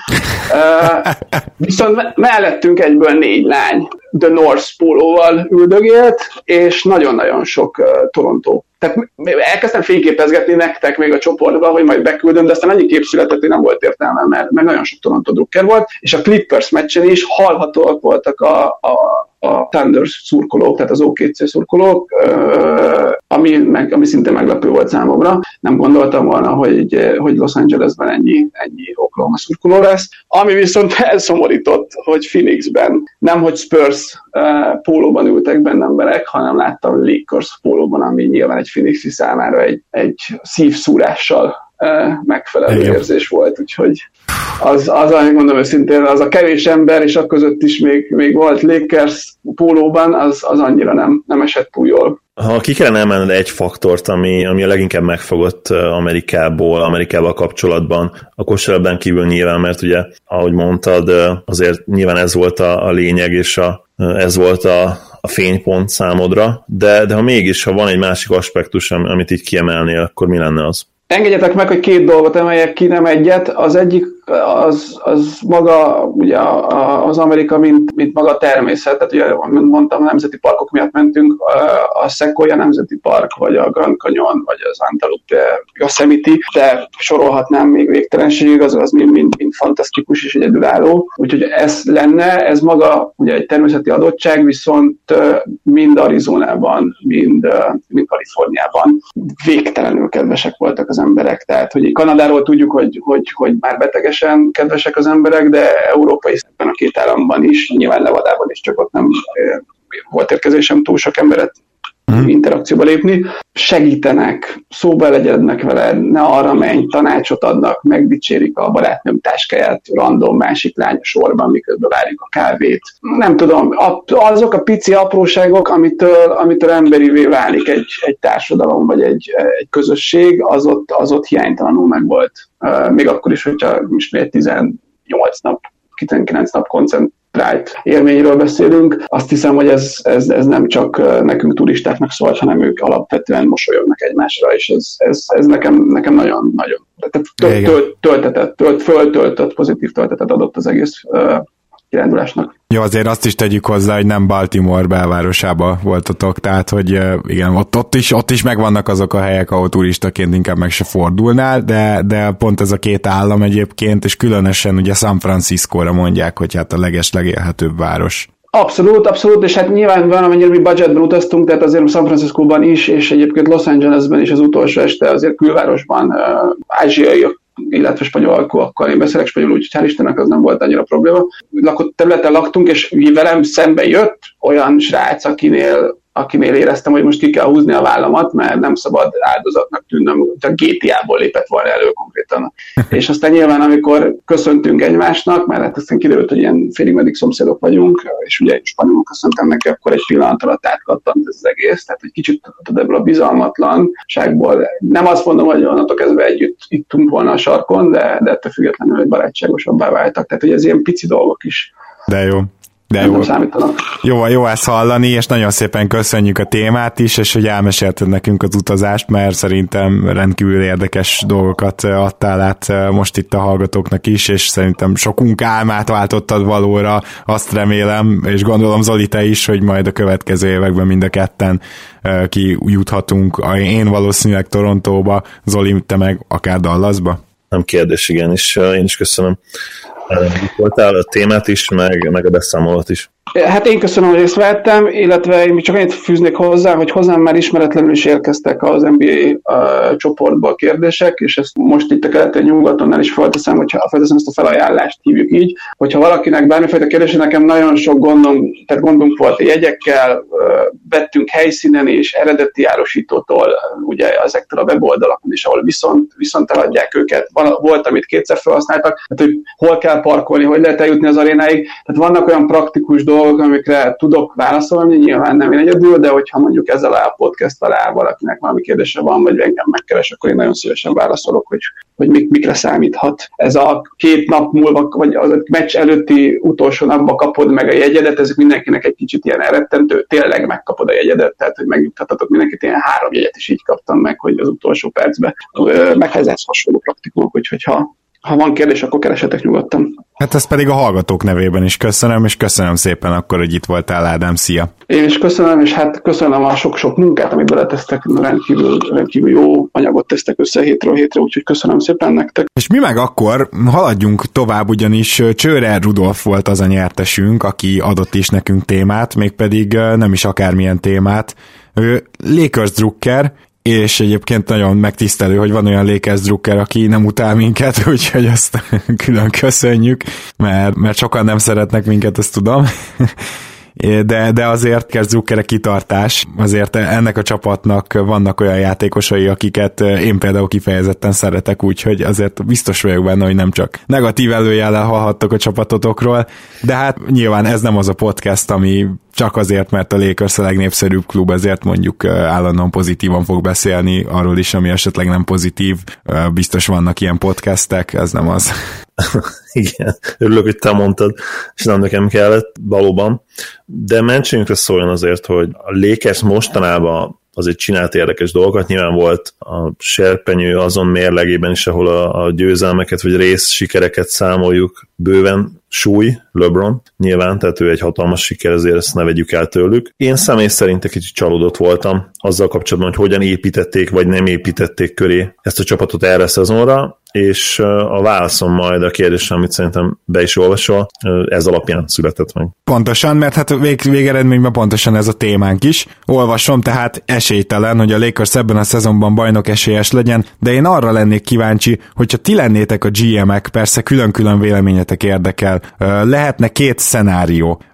Uh, viszont mellettünk egyből négy lány The North pólóval üldögélt, és nagyon-nagyon sok uh, Toronto. Tehát elkezdtem fényképezgetni nektek még a csoportba, hogy majd beküldöm, de aztán annyi kép született, hogy nem volt értelme, mert, mert nagyon sok Toronto drukker volt, és a Clippers meccsen is hallhatóak voltak a, a, a Thunder szurkolók, tehát az o ká cé szurkolók, ami, meg, ami szinte meglepő volt számomra. Nem gondoltam volna, hogy, hogy Los Angelesben ennyi, ennyi Oklahoma szurkoló lesz. Ami viszont elszomorított, hogy Phoenixben nem, hogy Spurs pólóban ültek benne emberek, hanem láttam Lakers pólóban, ami nyilván egy Phoenixi számára egy, egy szívszúrással megfelelő Igen. érzés volt, úgyhogy az, az, ahogy mondom őszintén, az a kevés ember, és a között is még, még volt Lakers pólóban, az, az annyira nem, nem esett túl jól. Ha ki kellene emelned egy faktort, ami, ami a leginkább megfogott Amerikából, Amerikával kapcsolatban, a kosárlabdán kívül nyilván, mert ugye, ahogy mondtad, azért nyilván ez volt a, a lényeg, és a, ez volt a, a fénypont számodra, de, de ha mégis, ha van egy másik aspektus, amit így kiemelnél, akkor mi lenne az? Engedjetek meg, hogy két dolgot emeljek ki, nem egyet. Az egyik az, az maga ugye az Amerika, mint, mint maga természet. Tehát ugye, mint mondtam, a nemzeti parkok miatt mentünk, a Sequoia Nemzeti Park, vagy a Grand Canyon, vagy az Antelope Yosemite, de sorolhatnám még végtelenségig, az, az mind, mind, mind fantasztikus és egyedülálló. Úgyhogy ez lenne, ez maga ugye egy természeti adottság, viszont mind Arizonában, mind, mind Kaliforniában végtelenül kedvesek voltak az emberek. Tehát, hogy Kanadáról tudjuk, hogy, hogy, hogy már betegesen kedvesek az emberek, de európai szemben a két államban is, nyilván Nevadában is, csak ott nem volt érkezésem túl sok emberet mm. interakcióba lépni, segítenek, szóba legyednek veled, ne arra menj, tanácsot adnak, megdicsérik a barátnőm táskáját random másik lány sorban, miközben várjuk a kávét. Nem tudom, azok a pici apróságok, amitől, amitől emberivé válik egy, egy társadalom, vagy egy, egy közösség, az ott, az ott hiánytalanul meg volt. Még akkor is, hogyha ismét tizennyolc nap, tizenkilenc nap koncentrált élményről beszélünk. Azt hiszem, hogy ez, ez, ez nem csak nekünk turistáknak szólt, hanem ők alapvetően mosolyognak egymásra, és ez, ez, ez nekem, nekem nagyon, nagyon tölt, tölt, töltetet, tölt, föltöltött, pozitív töltetet adott az egész uh, kirándulásnak. Jó, azért azt is tegyük hozzá, hogy nem Baltimore belvárosába voltatok, tehát, hogy igen, ott, ott, is, ott is megvannak azok a helyek, ahol turistaként inkább meg se fordulnál, de, de pont ez a két állam egyébként, és különösen ugye San Franciscóra mondják, hogy hát a leges legélhetőbb város. Abszolút, abszolút, és hát nyilván van, amennyire mi budgetben utaztunk, tehát azért San Franciscóban is, és egyébként Los Angelesben is az utolsó este azért külvárosban uh, ázsiaiak, illetve spanyolakkal, én beszélek spanyolul, úgyhogy hál' Istennek az nem volt annyira probléma. Lakott területen laktunk, és velem szembe jött olyan srác, akinél, akinél éreztem, hogy most ki kell húzni a vállamat, mert nem szabad áldozatnak tűnnöm, csak gé té á-ból lépett volna elő konkrétan. És aztán nyilván, amikor köszöntünk egymásnak, mert hát aztán kiderült, hogy ilyen félig meddig szomszédok vagyunk, és ugye spanyolul köszöntem neki, akkor egy pillanat alatt átkattant ez az egész, tehát egy kicsit ebből a bizalmatlanságból. Nem azt mondom, hogy onnantól kezdve együtt ittunk volna a sarkon, de, de ettől függetlenül barátságosabbá váltak. Tehát, hogy ez ilyen pici dolgok is. De jó. De jó, jó, jó ezt hallani, és nagyon szépen köszönjük a témát is, és hogy elmesélted nekünk az utazást, mert szerintem rendkívül érdekes dolgokat adtál át most itt a hallgatóknak is, és szerintem sokunk álmát váltottad valóra, azt remélem, és gondolom Zoli te is, hogy majd a következő években mind a ketten kijuthatunk. Én valószínűleg Torontóba, Zoli, te meg akár Dallasba. Nem kérdés, igen, és én is köszönöm. Itt voltál a témát is, meg, meg a beszámolót is. Hát én köszönöm, hogy részt vettem, illetve én csak annyit fűznék hozzá, hogy hozzám már ismeretlenül is érkeztek az en bé á uh, csoportból kérdések, és ezt most itt a keleten nyugatonnál is felteszem, hogyha felteszem ezt a felajánlást, hívjuk így, hogyha valakinek bármifajta kérdése, nekem nagyon sok gondom, tehát gondunk volt a jegyekkel, uh, vettünk helyszínen és eredeti árusítótól, uh, ugye ezektől a weboldalakon is, ahol viszont, viszont eladják őket. Van, volt, amit kétszer felhasználtak, tehát hogy hol kell parkolni, hogy lehet eljutni az arénáig, tehát vannak olyan praktikus dolgok, amikre tudok válaszolni, nyilván nem én egyedül, de hogyha mondjuk ezzel a podcast alá valakinek valami kérdése van, vagy engem megkeres, akkor én nagyon szívesen válaszolok, hogy, hogy mik, mikre számíthat. Ez a két nap múlva, vagy az a meccs előtti utolsó napban kapod meg a jegyedet, ez mindenkinek egy kicsit ilyen elrettentő, tényleg megkapod a jegyedet, tehát hogy megnyugtathatok mindenkit, ilyen három jegyet is így kaptam meg, hogy az utolsó percben. Meg ez hasonló praktikumok, úgyhogy ha Ha van kérdés, akkor keresetek nyugodtan. Hát ezt pedig a hallgatók nevében is köszönöm, és köszönöm szépen akkor, hogy itt voltál, Ádám, szia! Én is köszönöm, és hát köszönöm a sok-sok munkát, amit beletesztek, rendkívül, rendkívül jó anyagot tesztek össze hétről hétre, úgyhogy köszönöm szépen nektek. És mi meg akkor haladjunk tovább, ugyanis Csőre Rudolf volt az a nyertesünk, aki adott is nekünk témát, mégpedig nem is akármilyen témát. Ő Lakers drukker, és egyébként nagyon megtisztelő, hogy van olyan Lakers drukker, aki nem utál minket, úgyhogy ezt külön köszönjük, mert, mert sokan nem szeretnek minket, ezt tudom. De, de azért Lakers drukkerek kitartás, azért ennek a csapatnak vannak olyan játékosai, akiket én például kifejezetten szeretek, úgyhogy azért biztos vagyok benne, hogy nem csak negatív előjellel hallhattok a csapatotokról, de hát nyilván ez nem az a podcast, ami csak azért, mert a Lakers a legnépszerűbb klub, ezért mondjuk állandóan pozitívan fog beszélni arról is, ami esetleg nem pozitív. Biztos vannak ilyen podcastek, ez nem az. Igen, örülök, hogy te mondtad, és nem nekem kellett, valóban. De mentsünk szóljon azért, hogy a Lakers mostanában azért csinált érdekes dolgokat, nyilván volt a serpenyő azon mérlegében is, ahol a, a győzelmeket vagy rész sikereket számoljuk bőven súly, LeBron, nyilván, tehát ő egy hatalmas siker, ezért ezt ne vegyük el tőlük. Én személy szerint egy kicsit csalódott voltam azzal kapcsolatban, hogy hogyan építették, vagy nem építették köré ezt a csapatot erre a szezonra, és a válaszom majd a kérdésre, amit szerintem be is olvasol, ez alapján született meg. Pontosan, mert hát vég, végeredményben pontosan ez a témánk is. Olvasom, tehát esélytelen, hogy a Lakers ebben a szezonban bajnok esélyes legyen, de én arra lennék kíváncsi, hogyha ti lennétek a gé emek, persze külön-külön véleményetek érdekel, lehetne két szenárió.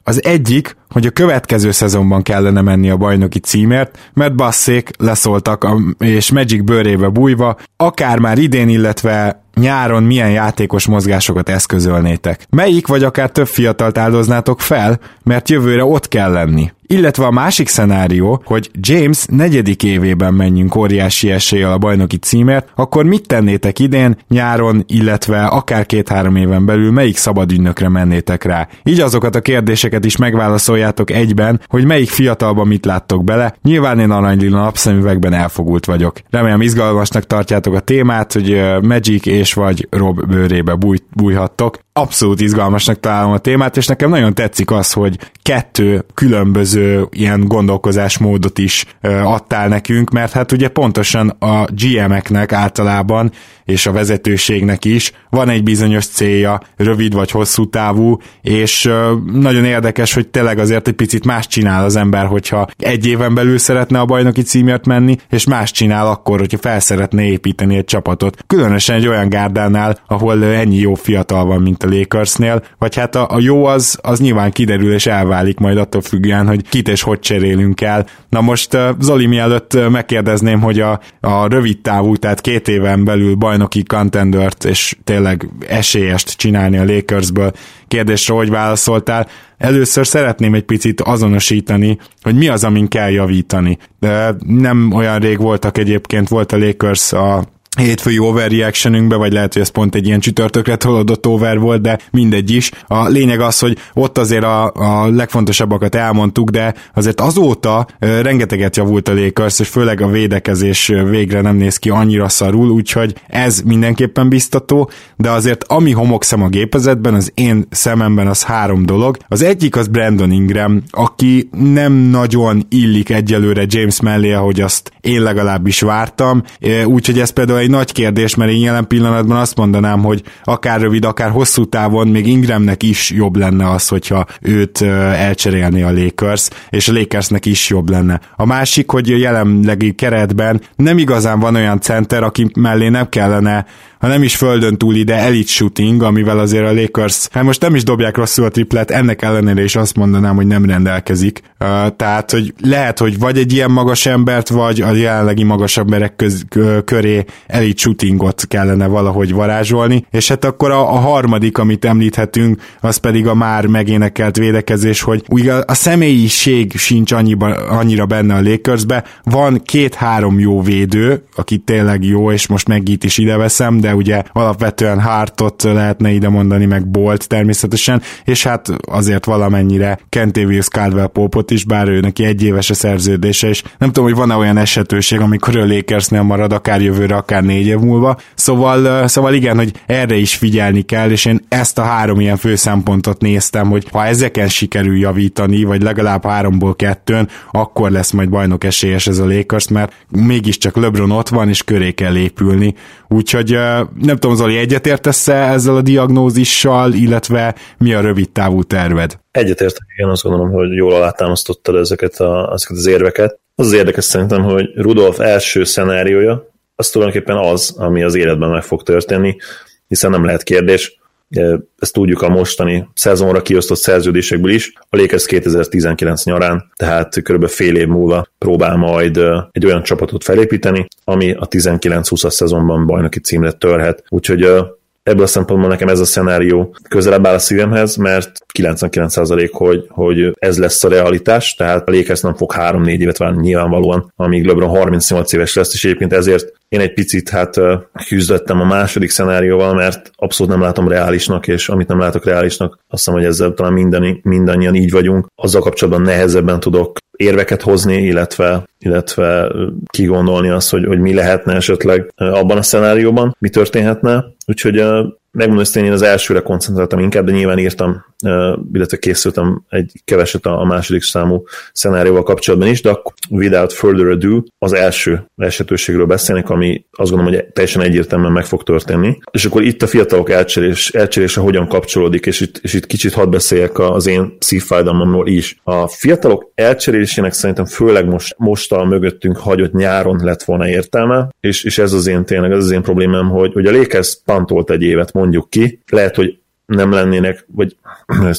Az egyik, hogy a következő szezonban kellene menni a bajnoki címért, mert basszék leszóltak, és Magic bőrébe bújva, akár már idén, illetve nyáron milyen játékos mozgásokat eszközölnétek. Melyik vagy akár több fiatalt áldoznátok fel, mert jövőre ott kell lenni. Illetve a másik szenárió, hogy James negyedik évében menjünk óriási eséllyel a bajnoki címért, akkor mit tennétek idén, nyáron, illetve akár két-három éven belül melyik szabad ügynökre mennétek rá. Így azokat a kérdéseket is megválaszoljátok egyben, hogy melyik fiatalban mit láttok bele. Nyilván én aranylila napszemüvegben elfogult vagyok. Remélem izgalmasnak tartjátok a témát, hogy Magic és vagy Rob bőrébe búj, bújhattok. Abszolút izgalmasnak találom a témát, és nekem nagyon tetszik az, hogy kettő különböző ilyen gondolkozásmódot is ö, adtál nekünk, mert hát ugye pontosan a gé em-eknek általában, és a vezetőségnek is van egy bizonyos célja, rövid vagy hosszú távú, és ö, nagyon érdekes, hogy tényleg azért egy picit más csinál az ember, hogyha egy éven belül szeretne a bajnoki címért menni, és más csinál akkor, hogyha fel szeretne építeni egy csapatot. Különösen egy olyan gárdánál, ahol ennyi jó fiatal van, mint a Lakersnél, vagy hát a, a jó az, az nyilván kiderül és elválik majd attól függően, hogy kit és hogy cserélünk el. Na most Zoli, mielőtt megkérdezném, hogy a, a rövid távú, tehát két éven belül bajnoki contendert és tényleg esélyest csinálni a Lakersből kérdésre, hogy válaszoltál. Először szeretném egy picit azonosítani, hogy mi az, amin kell javítani. De nem olyan rég voltak egyébként, volt a Lakers a hétfői overreactionünkbe, vagy lehet, hogy ez pont egy ilyen csütörtökre tolódott over volt, de mindegy is. A lényeg az, hogy ott azért a, a legfontosabbakat elmondtuk, de azért azóta uh, rengeteget javult a Lakers, és főleg a védekezés végre nem néz ki annyira szarul, úgyhogy ez mindenképpen biztató, de azért ami homokszem a gépezetben, az én szememben az három dolog. Az egyik az Brandon Ingram, aki nem nagyon illik egyelőre James mellé, ahogy azt én legalábbis vártam, úgyhogy ez például egy nagy kérdés, mert én jelen pillanatban azt mondanám, hogy akár rövid, akár hosszú távon még Ingramnek is jobb lenne az, hogyha őt elcserélni a Lakers, és a Lakersnek is jobb lenne. A másik, hogy jelenlegi keretben nem igazán van olyan center, aki mellé nem kellene, ha nem is földön túli, de elite shooting, amivel azért a Lakers, hát most nem is dobják rosszul a triplet, ennek ellenére is azt mondanám, hogy nem rendelkezik. Uh, tehát, hogy lehet, hogy vagy egy ilyen magas embert, vagy a jelenlegi magas emberek köz, köré elite shootingot kellene valahogy varázsolni, és hát akkor a, a harmadik, amit említhetünk, az pedig a már megénekelt védekezés, hogy ugye a személyiség sincs annyiba, annyira benne a Lakersbe, van két-három jó védő, aki tényleg jó, és most Megit is ide veszem, de ugye alapvetően Hartot lehetne ide mondani, meg Bolt természetesen, és hát azért valamennyire Kentavious Caldwell-Popot is, bár ő neki egy éves a szerződése, és nem tudom, hogy van-e olyan esetőség, amikor a Lakersnél marad, akár jövőre, akár négy év múlva. Szóval, szóval igen, hogy erre is figyelni kell, és én ezt a három ilyen fő szempontot néztem, hogy ha ezeken sikerül javítani, vagy legalább háromból kettőn, akkor lesz majd bajnok esélyes ez a Lakers, mert mégiscsak LeBron ott van, és köré kell épülni. Úgyhogy nem tudom, Zoli, egyetértesz-e ezzel a diagnózissal, illetve mi a rövid távú terved? Egyetértek, én azt gondolom, hogy jól alátámasztottad ezeket, a, ezeket az érveket. Az az érdekes szerintem, hogy Rudolph első szenáriója, az tulajdonképpen az, ami az életben meg fog történni, hiszen nem lehet kérdés. Ezt tudjuk a mostani szezonra kiosztott szerződésekből is. A Lakers kétezer-tizenkilenc nyarán, tehát körülbelül fél év múlva próbál majd egy olyan csapatot felépíteni, ami a tizenkilenc-húszas szezonban bajnoki címre törhet. Úgyhogy ebből a szempontból nekem ez a szenárió közelebb áll a szívemhez, mert kilencvenkilenc százalék, hogy, hogy ez lesz a realitás, tehát a Lakers nem fog három-négy évet várni nyilvánvalóan, amíg LeBron harmincnyolc éves lesz, és egyébként ezért én egy picit hát küzdöttem a második szenárióval, mert abszolút nem látom reálisnak, és amit nem látok reálisnak, azt hiszem, hogy ezzel talán minden, mindannyian így vagyunk. Azzal kapcsolatban nehezebben tudok érveket hozni, illetve, illetve kigondolni azt, hogy, hogy mi lehetne esetleg abban a szenárióban, mi történhetne. Úgyhogy megmondom, hogy én az elsőre koncentráltam inkább, de nyilván írtam, illetve készültem egy keveset a második számú szenárióval kapcsolatban is, de akkor without further ado az első esetőségről beszélnek, ami azt gondolom, hogy teljesen egyértelműen meg fog történni. És akkor itt a fiatalok elcserés, elcserése hogyan kapcsolódik, és itt, és itt kicsit hadd beszéljek az én szívfájdalmamról is. A fiatalok elcserélésének szerintem főleg most, most a mögöttünk hagyott nyáron lett volna értelme, és, és ez az én tényleg, ez az én problémám, hogy, hogy a Lakers pantolt egy évet, mondjuk ki, lehet, hogy nem lennének, vagy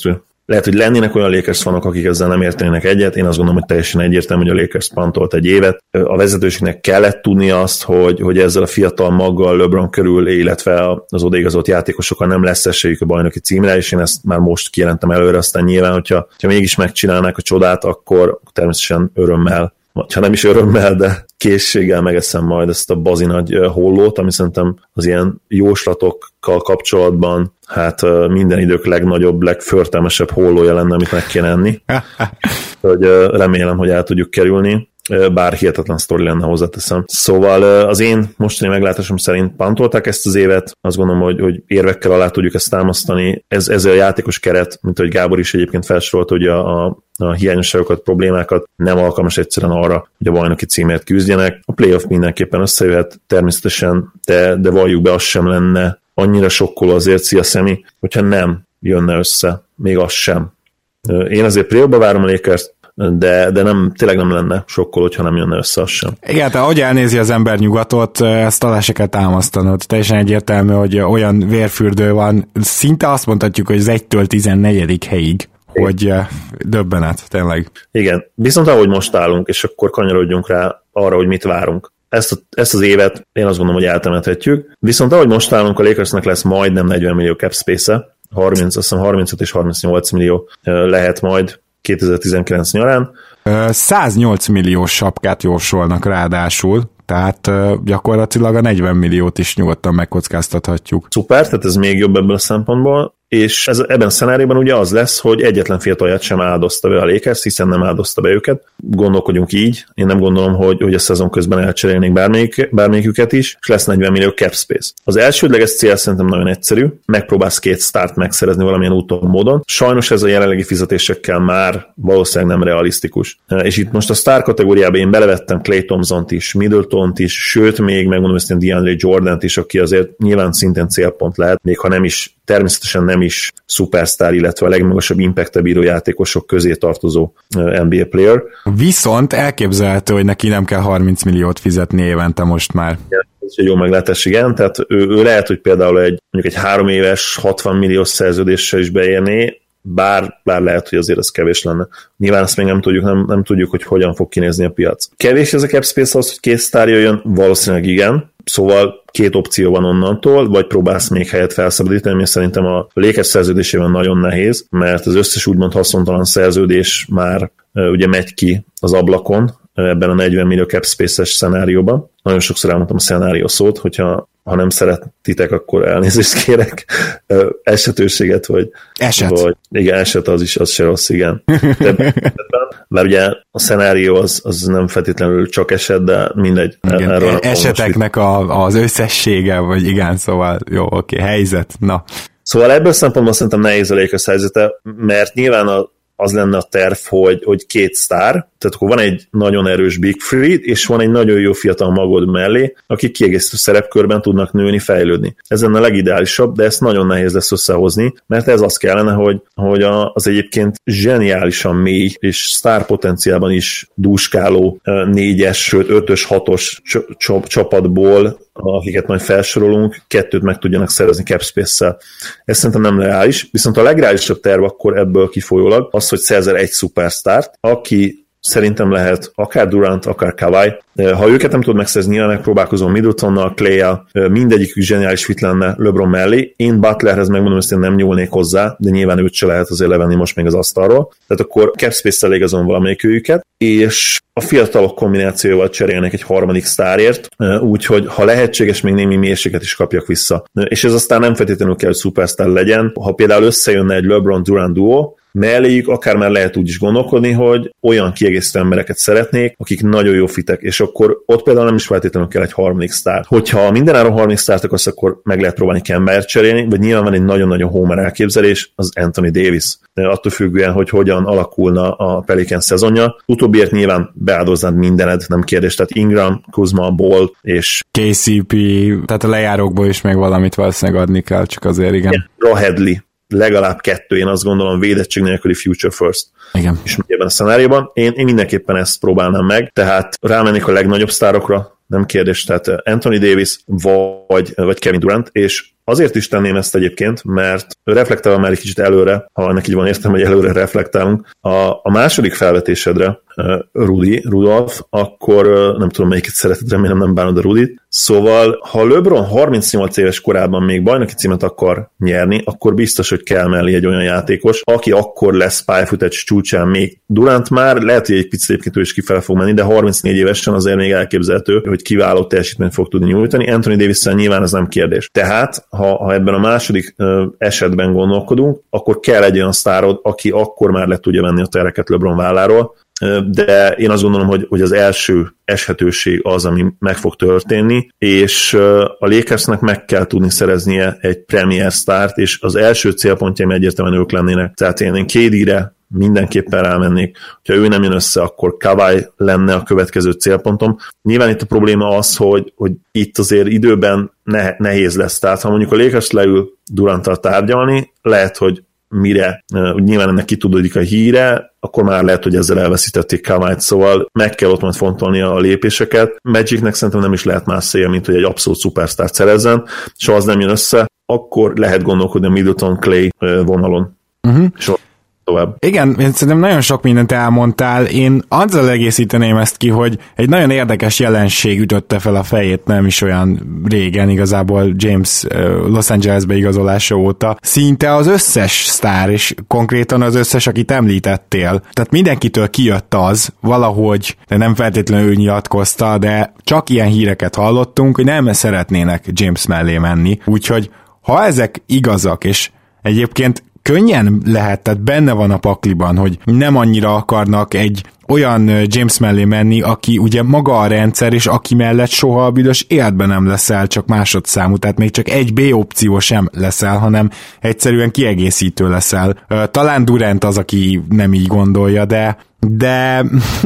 Lehet, hogy lennének olyan Lakers fanok, akik ezzel nem értenének egyet. Én azt gondolom, hogy teljesen egyértelmű, hogy a Lakers pantolt egy évet. A vezetőségnek kellett tudni azt, hogy, hogy ezzel a fiatal maggal LeBron körül, illetve az odaigazolt játékosokkal nem lesz esélyük a bajnoki címre, és én ezt már most kijelentem előre, aztán nyilván, hogyha, hogyha mégis megcsinálnák a csodát, akkor természetesen örömmel, vagy ha nem is örömmel, de készséggel megeszem majd ezt a bazi nagy hollót, ami szerintem az ilyen jóslatokkal kapcsolatban hát minden idők legnagyobb, legförtelmesebb hollója lenne, amit meg kéne enni. Hogy remélem, hogy el tudjuk kerülni, bár hihetetlen sztori lenne, hozzáteszem. Szóval az én mostani meglátásom szerint pantolták ezt az évet, azt gondolom, hogy, hogy érvekkel alá tudjuk ezt támasztani. Ez, ez a játékos keret, mint ahogy Gábor is egyébként felsorolta, hogy a, a, a hiányosságokat, problémákat nem alkalmas egyszerűen arra, hogy a bajnoki címért küzdjenek. A playoff mindenképpen összejöhet természetesen, de, de valljuk be, az sem lenne annyira sokkoló azért, szia Szemi, hogyha nem jönne össze, még az sem. Én azért playoffba várom a Lakers-t, de, de nem, tényleg nem lenne sokkal, hogyha nem jönne össze, az sem. Igen, tehát ahogy elnézi az ember nyugatot, ezt alá se kell támasztanod. Teljesen egyértelmű, hogy olyan vérfürdő van, szinte azt mondhatjuk, hogy az egytől tizennegyedik helyig, hogy döbbenet, tényleg. Igen, viszont ahogy most állunk, és akkor kanyarodjunk rá arra, hogy mit várunk. Ezt, a, ezt az évet én azt gondolom, hogy eltemethetjük, viszont ahogy most állunk, a Lakersnek lesz majdnem negyven millió cap space-e, harminc, azt hiszem harmincöt és harmincnyolc millió lehet majd kétezer-tizenkilenc nyarán. száznyolc milliós sapkát jósolnak ráadásul, tehát gyakorlatilag a negyven milliót is nyugodtan megkockáztathatjuk. Szuper, tehát ez még jobb ebből a szempontból, és ez, ebben a szenárióban ugye az lesz, hogy egyetlen fiatalját sem áldozta be a Lakers, hiszen nem áldozta be őket. Gondolkodjunk így, én nem gondolom, hogy, hogy a szezon közben elcserélnék bármelyik, bármelyiküket is, és lesz negyven millió cap space. Az elsődleges cél szerintem nagyon egyszerű, megpróbálsz két start megszerezni valamilyen úton, módon. Sajnos ez a jelenlegi fizetésekkel már valószínűleg nem realisztikus. És itt most a star kategóriába én belevettem Klay Thompsont is, Middletont is, sőt még megmondom ezt DeAndre Jordant is, aki azért nyilván szintén célpont lehet, még ha nem is, természetesen nem is szupersztár, illetve a legmagasabb impact-e bíró játékosok közé tartozó en bé á player. Viszont elképzelhető, hogy neki nem kell harminc milliót fizetni évente most már. Ez egy jó meglátás, igen, tehát ő, ő lehet, hogy például egy, mondjuk egy három éves, hatvan milliós szerződéssel is beérné, bár, bár lehet, hogy azért ez kevés lenne. Nyilván ezt még nem tudjuk, nem, nem tudjuk, hogy hogyan fog kinézni a piac. Kevés ez a cap space az, hogy két sztár jöjjön? Valószínűleg igen. Szóval két opció van onnantól, vagy próbálsz még helyet felszabadítani, ami szerintem a Lakers szerződésében nagyon nehéz, mert az összes úgymond haszontalan szerződés már ugye megy ki az ablakon ebben a negyven millió cap space-es szenárióban. Nagyon sokszor elmondtam a szenárió szót, hogyha ha nem szeretitek, akkor elnézést kérek. Esetőséget, vagy... Eset. Vagy, igen, eset az is, az se rossz, igen. De, mert ugye a szenárió az, az nem feltétlenül csak eset, de mindegy. Igen, erről eseteknek a, az összessége, vagy igen, szóval jó, oké, helyzet, na. Szóval ebből szempontból szerintem nehéz a Lakers helyzete, mert nyilván a az lenne a terv, hogy, hogy két sztár, tehát akkor van egy nagyon erős Big Three, és van egy nagyon jó fiatal magod mellé, akik kiegészítő szerepkörben tudnak nőni, fejlődni. Ez lenne a legideálisabb, de ezt nagyon nehéz lesz összehozni, mert ez az kellene, hogy, hogy az egyébként zseniálisan mély és sztár potenciálban is dúskáló négyes, sőt ötös, hatos csapatból, akiket majd felsorolunk, kettőt meg tudjanak szerezni cap space-szel. Ez szerintem nem reális, viszont a legreálisabb terv akkor ebből kifolyólag az, hogy szerzel egy szupersztárt, aki szerintem lehet akár Durant, akár Kawhi. Ha őket nem tud megszerzni, nyilván megpróbálkozom Middletonnal, Clay-el, mindegyikük zseniális fit lenne LeBron mellé. Én Butlerhez megmondom, hogy én nem nyúlnék hozzá, de nyilván őt se lehet azért levenni most még az asztalról. Tehát akkor cap space-szel igazolom valamelyik őket, és a fiatalok kombinációval cserélnek egy harmadik sztárért, úgyhogy ha lehetséges, még némi mérséket is kapjak vissza. És ez aztán nem feltétlenül kell, hogy szupersztár legyen. Ha például összejönne egy LeBron-Durant duo, melléjük akár már lehet úgy is gondolkodni, hogy olyan kiegészítő embereket szeretnék, akik nagyon jó fitek, és akkor ott például nem is feltétlenül kell egy harmadik sztár. Hogyha mindenáron harmadik sztárt akarsz, akkor meg lehet próbálni Kembert cserélni, vagy nyilván van egy nagyon-nagyon homer elképzelés, az Anthony Davis. Attól függően, hogy hogyan alakulna a Pelicans szezonja. Utóbbiért nyilván beáldoznád mindened, nem kérdés, tehát Ingram, Kuzma, Ball és ká cé pé, tehát a lejárókból is meg valamit valószínűleg adni kell, csak azért igen. Rahedli. Legalább kettő, én azt gondolom, védettség nélküli future first. Igen. És ebben a szenárióban én, én mindenképpen ezt próbálnám meg, tehát rámennék a legnagyobb sztárokra, nem kérdés, tehát Anthony Davis vagy, vagy Kevin Durant, és Azért is tenném ezt egyébként, mert reflektálva már egy kicsit előre, ha ennek így van értelme, hogy előre reflektálunk, a, a második felvetésedre, Rudi, Rudolf, akkor nem tudom melyiket szereted, remélem nem bánod a Rudit. Szóval, ha LeBron harmincnyolc éves korában még bajnoki címet akar nyerni, akkor biztos, hogy kell mellé egy olyan játékos, aki akkor lesz pályafutás csúcsán még. Durant már lehet, hogy egy picit egyébként ő is kifele fog menni, de harmincnégy évesen azért még elképzelhető, hogy kiváló teljesítményt fog tudni nyújtani. Anthony Davis-szel nyilván ez nem kérdés. Tehát, ha, ha ebben a második ö, esetben gondolkodunk, akkor kell egy olyan sztárod, aki akkor már le tudja venni a tereket LeBron válláról, de én azt gondolom, hogy, hogy az első eshetőség az, ami meg fog történni, és a Lakersnek meg kell tudni szereznie egy premier sztárt, és az első célpontjaim egyértelműen ők lennének. Tehát én, én K D-re mindenképpen rámennék. Ha ő nem jön össze, akkor Kawhi lenne a következő célpontom. Nyilván itt a probléma az, hogy, hogy itt azért időben ne, nehéz lesz. Tehát ha mondjuk a Lakers leül Duranttal tárgyalni, lehet, hogy mire, uh, nyilván ennek kitudódik a híre, akkor már lehet, hogy ezzel elveszítették Kawhi-t, szóval meg kell ott majd fontolni a lépéseket. Magicnek szerintem nem is lehet más célja, mint hogy egy abszolút szupersztárt szerezzen, és ha az nem jön össze, akkor lehet gondolkodni a Middleton-Clay vonalon. Uh-huh. És tovább. Igen, én szerintem nagyon sok mindent elmondtál. Én azzal egészíteném ezt ki, hogy egy nagyon érdekes jelenség ütötte fel a fejét nem is olyan régen, igazából James Los Angelesbe igazolása óta. Szinte az összes sztár, és konkrétan az összes, akit említettél. Tehát mindenkitől kijött az, valahogy, de nem feltétlenül ő nyilatkozta, de csak ilyen híreket hallottunk, hogy nem szeretnének James mellé menni. Úgyhogy ha ezek igazak, és egyébként könnyen lehet, tehát benne van a pakliban, hogy nem annyira akarnak egy olyan James mellé menni, aki ugye maga a rendszer, és aki mellett soha a büdös életben nem leszel, csak másodszámú, tehát még csak egy B opció sem leszel, hanem egyszerűen kiegészítő leszel. Talán Durant az, aki nem így gondolja, de de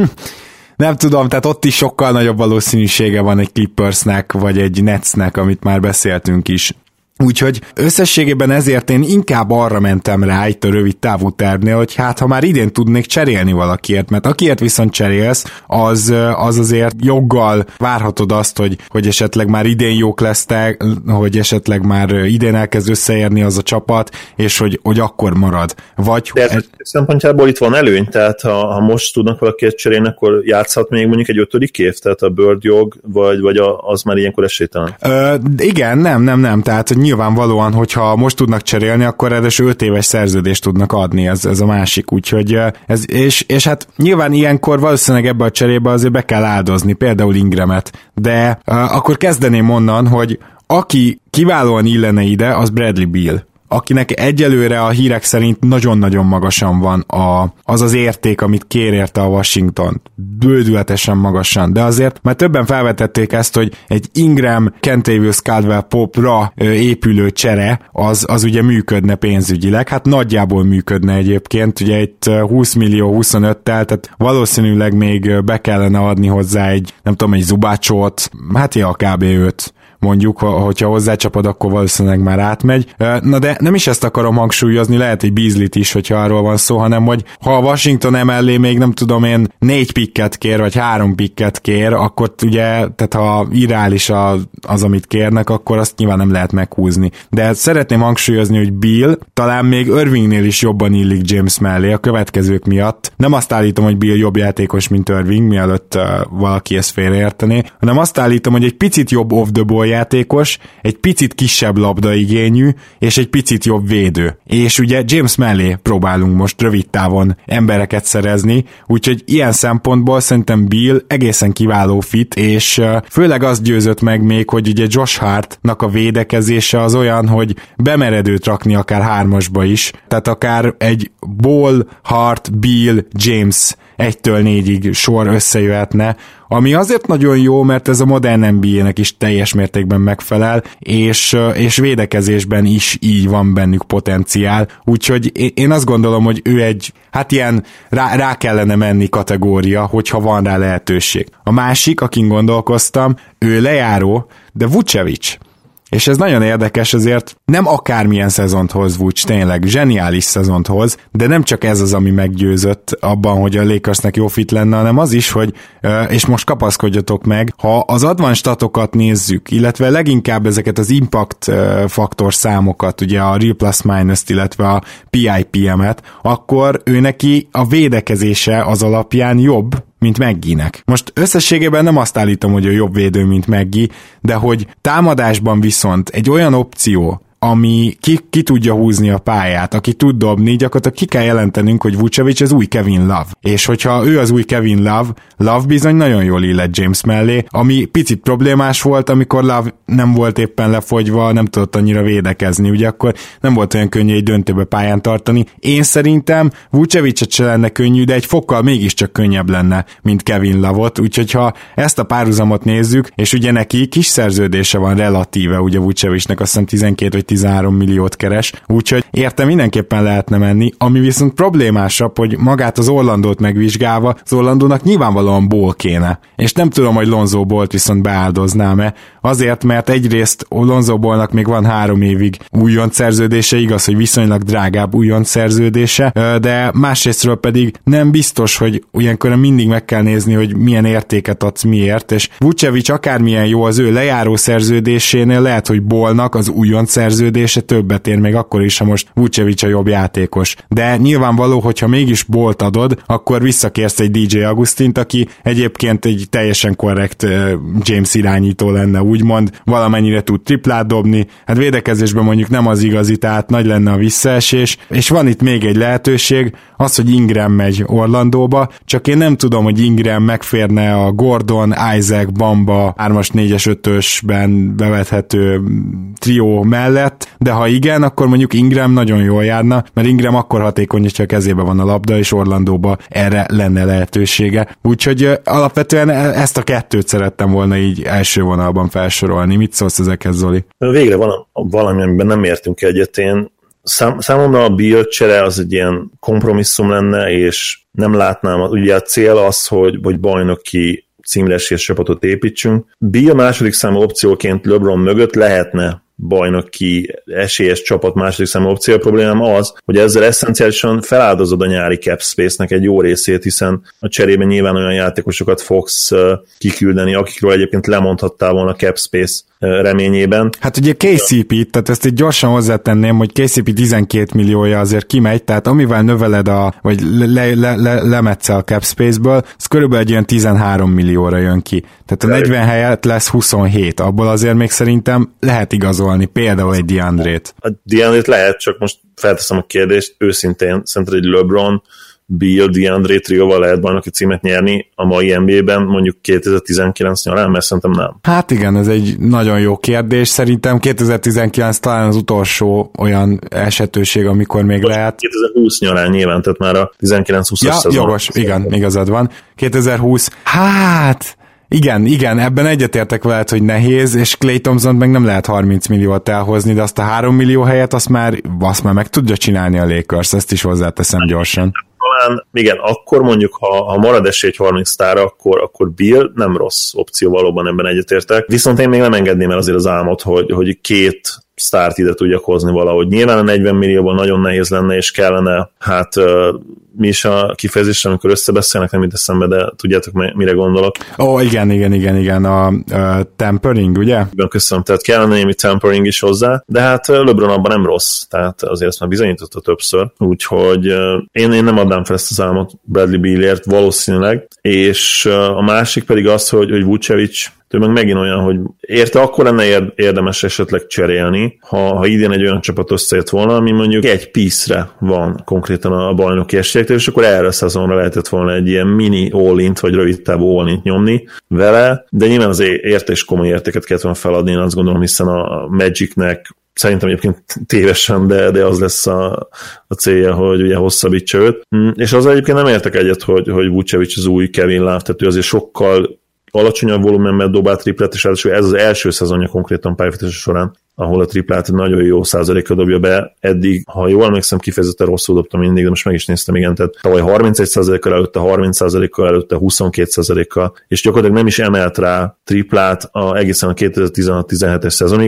nem tudom, tehát ott is sokkal nagyobb valószínűsége van egy Clippersnek, vagy egy Netsnek, amit már beszéltünk is. Úgyhogy összességében ezért én inkább arra mentem rá itt a rövid távú tervnél, hogy hát ha már idén tudnék cserélni valakiért, mert akiért viszont cserélsz, az, az azért joggal várhatod azt, hogy, hogy esetleg már idén jók lesztek, hogy esetleg már idén elkezd összeérni az a csapat, és hogy, hogy akkor marad. Vagy de ez szempontjából itt van előny, tehát ha, ha most tudnak valakiért cserélni, akkor játszhat még mondjuk egy ötödik év, tehát a Bird jog, vagy, vagy a, az már ilyenkor esélytelen? Ö, igen, nem, nem, nem, tehát nyilvánvalóan, hogyha most tudnak cserélni, akkor ráadásul öt éves szerződést tudnak adni, ez, ez a másik, úgyhogy ez, és, és hát nyilván ilyenkor valószínűleg ebbe a cserébe azért be kell áldozni, például Ingramet, de uh, akkor kezdeném onnan, hogy aki kiválóan illene ide, az Bradley Beal, akinek egyelőre a hírek szerint nagyon-nagyon magasan van a, az az érték, amit kér érte a Washington. Bődületesen magasan, de azért már többen felvetették ezt, hogy egy Ingram, Kentavious Caldwell-Pope-ra épülő csere, az, az ugye működne pénzügyileg, hát nagyjából működne egyébként, ugye itt húsz millió huszonöttel, tehát valószínűleg még be kellene adni hozzá egy, nem tudom, egy Zubácsot, hát ja, kb. öt. Mondjuk, hogyha hozzácsapod, akkor valószínűleg már átmegy. Na de nem is ezt akarom hangsúlyozni, lehet egy Beasley-t is, hogyha arról van szó, hanem hogy ha a Washington emellé még nem tudom én négy pikket kér, vagy három pikket kér, akkor ugye, tehát ha irreális az, az, amit kérnek, akkor azt nyilván nem lehet meghúzni. De szeretném hangsúlyozni, hogy Beal talán még Irvingnél is jobban illik James mellé a következők miatt. Nem azt állítom, hogy Beal jobb játékos, mint Irving, mielőtt uh, valaki ezt félreértené, hanem azt állítom, hogy egy picit jobb off the ball játékos, egy picit kisebb labdaigényű, és egy picit jobb védő. És ugye James mellé próbálunk most rövid távon embereket szerezni, úgyhogy ilyen szempontból szerintem Beal egészen kiváló fit, és főleg azt győzött meg még, hogy ugye Josh Hartnak a védekezése az olyan, hogy bemered őt rakni akár hármasba is, tehát akár egy Ball, Hart, Beal, James egytől négyig sor összejöhetne, ami azért nagyon jó, mert ez a modern en bé á-nek is teljes mértékben megfelel, és, és védekezésben is így van bennük potenciál, úgyhogy én azt gondolom, hogy ő egy, hát ilyen rá, rá kellene menni kategória, hogyha van rá lehetőség. A másik, akin gondolkoztam, ő lejáró, de Vucevic. és ez nagyon érdekes, azért nem akármilyen szezont hoz Vucs, tényleg zseniális szezont hoz, de nem csak ez az, ami meggyőzött abban, hogy a Lakersnek jó fit lenne, hanem az is, hogy, és most kapaszkodjatok meg, ha az advanced statokat nézzük, illetve leginkább ezeket az impact faktor számokat, ugye a Real Plus Minus-t, illetve a pé i pé em-et, akkor ő neki a védekezése az alapján jobb, mint Maggie-nek. Most összességében nem azt állítom, hogy ő jobb védő, mint Maggie, de hogy támadásban viszont egy olyan opció, ami ki, ki tudja húzni a pályát, aki tud dobni, gyakorlatilag ki kell jelentenünk, hogy Vucevic az új Kevin Love. És hogyha ő az új Kevin Love, Love bizony nagyon jól illett James mellé, ami picit problémás volt, amikor Love nem volt éppen lefogyva, nem tudott annyira védekezni, ugye akkor nem volt olyan könnyű egy döntőbe pályán tartani. Én szerintem Vucevicet se lenne könnyű, de egy fokkal mégiscsak könnyebb lenne, mint Kevin Love-ot, úgyhogy ha ezt a párhuzamot nézzük, és ugye neki kis szerződése van relatíve, ugye Vucevicnek azt hiszem tizenkét vagy tizenhárom milliót keres, úgyhogy érte mindenképpen lehetne menni, ami viszont problémásabb, hogy magát az Orlandót megvizsgálva, az Orlandónak nyilvánvalóan Ball kéne. És nem tudom, hogy Lonzo Ballt viszont beáldoznám-e, azért, mert egyrészt Lonzo Ballnak még van három évig újonc szerződése, igaz, hogy viszonylag drágább újonc szerződése, de másrésztről pedig nem biztos, hogy ilyenkor mindig meg kell nézni, hogy milyen értéket adsz miért, és Vucevic akármilyen jó az ő lejáró szerződésénél, lehet, hogy Ballnak az újonc szerződése többet ér, még akkor is, ha most Vucevic a jobb játékos. De nyilvánvaló, hogyha mégis Ballt adod, akkor visszakérsz egy dé dzsé Augustint, aki egyébként egy teljesen korrekt James irányító lenne, úgymond, valamennyire tud triplát dobni, hát védekezésben mondjuk nem az igazi, tehát nagy lenne a visszaesés, és van itt még egy lehetőség, az, hogy Ingram megy Orlandóba, csak én nem tudom, hogy Ingram megférne a Gordon, Isaac, Bamba hármas, négyes, ötösben bevethető trió mellett, de ha igen, akkor mondjuk Ingram nagyon jól járna, mert Ingram akkor hatékony, hogyha a kezébe van a labda, és Orlandóba erre lenne lehetősége. Úgyhogy alapvetően ezt a kettőt szerettem volna így első vonalban felsorolni. Mit szólsz ezekhez, Zoli? Végre van valami, amiben nem értünk egyet. Én szám, számomra a Beal csere az egy ilyen kompromisszum lenne, és nem látnám, ugye a cél az, hogy, hogy bajnoki címre esélyes csapatot építsünk. Beal második számú opcióként LeBron mögött lehetne bajnoki esélyes csapat második számú opció. A problémám az, hogy ezzel eszenciálisan feláldozod a nyári cap space-nek egy jó részét, hiszen a cserében nyilván olyan játékosokat fogsz kiküldeni, akikről egyébként lemondhattál volna cap space reményében. Hát ugye ká cé pé, tehát ezt így gyorsan hozzátenném, hogy ká cé pé tizenkét milliója azért kimegy, tehát amivel növeled a, vagy le, le, le, lemetszel a cap space-ből, az körülbelül egy olyan tizenhárom millióra jön ki. Tehát a negyven helyett lesz huszonhét, abból azért még szerintem lehet igazolni, például egy DeAndre-t. A DeAndre-t lehet, csak most felteszem a kérdést, őszintén szerinted egy LeBron, Beal, DeAndre trióval lehet bajnoki címet nyerni a mai en bé á-ben mondjuk kétezer-tizenkilenc nyarán, mert szerintem nem. Hát igen, ez egy nagyon jó kérdés. Szerintem kétezer-tizenkilenc talán az utolsó olyan esetőség, amikor még most lehet. kétezer-húsz nyarán nyilván, tehát már a tizenkilenc húszas ja, szezon. Jogos, igen, igazad van. kétezer-húsz, hát... Igen, igen, ebben egyetértek veled, hogy nehéz, és Klay Thompson meg nem lehet harminc milliót elhozni, de azt a három millió helyet azt már, azt már meg tudja csinálni a Lakers, ezt is hozzáteszem gyorsan. Talán, igen, akkor mondjuk, ha, ha marad esély egy harminc sztárra, akkor, akkor Beal nem rossz opció, valóban ebben egyetértek. Viszont én még nem engedném el azért az álmot, hogy, hogy két sztárt ide tudjak hozni valahogy. Nyilván a negyven millióban nagyon nehéz lenne, és kellene, hát mi is a kifejezésre, amikor összebeszélnek, nem itt eszembe, de tudjátok, mire gondolok. Ó, oh, igen, igen, igen, igen, a, a tempering, ugye? Igen, köszönöm, tehát kellene némi tempering is hozzá, de hát LeBron abban nem rossz, tehát azért ezt már bizonyította többször, úgyhogy én, én nem adnám fel ezt az álmot Bradley Bealért valószínűleg, és a másik pedig az, hogy, hogy Vucevic ő meg megint olyan, hogy érte, akkor lenne érdemes esetleg cserélni, ha, ha idén egy olyan csapat összejött volna, ami mondjuk egy piece-re van konkrétan a bajnoki esélyekkel, és akkor erre a szezonra lehetett volna egy ilyen mini all-int, vagy rövid távú all-int nyomni vele, de nyilván az érte és komoly értéket kellett volna feladni, én azt gondolom, hiszen a Magicnek szerintem egyébként tévesen, de, de az lesz a, a célja, hogy ugye hosszabbítsa őt. És az egyébként nem értek egyet, hogy, hogy Vucevic az új Kevin Love, tehát ő azért sokkal alacsonyabb volumenben dobál triplát, és ez az első szezonja konkrétan pályafutása során, ahol a triplát nagyon jó százalékkal dobja be. Eddig, ha jól emlékszem, kifejezetten rosszul dobtam mindig, de most meg is néztem, igen, tehát tavaly harmincegy százalékkal előtte, harminc százalékkal előtte, huszonkét százalékkal, és gyakorlatilag nem is emelt rá triplát a, egészen a kétezer-tizenhat tizenhetes szezonig, és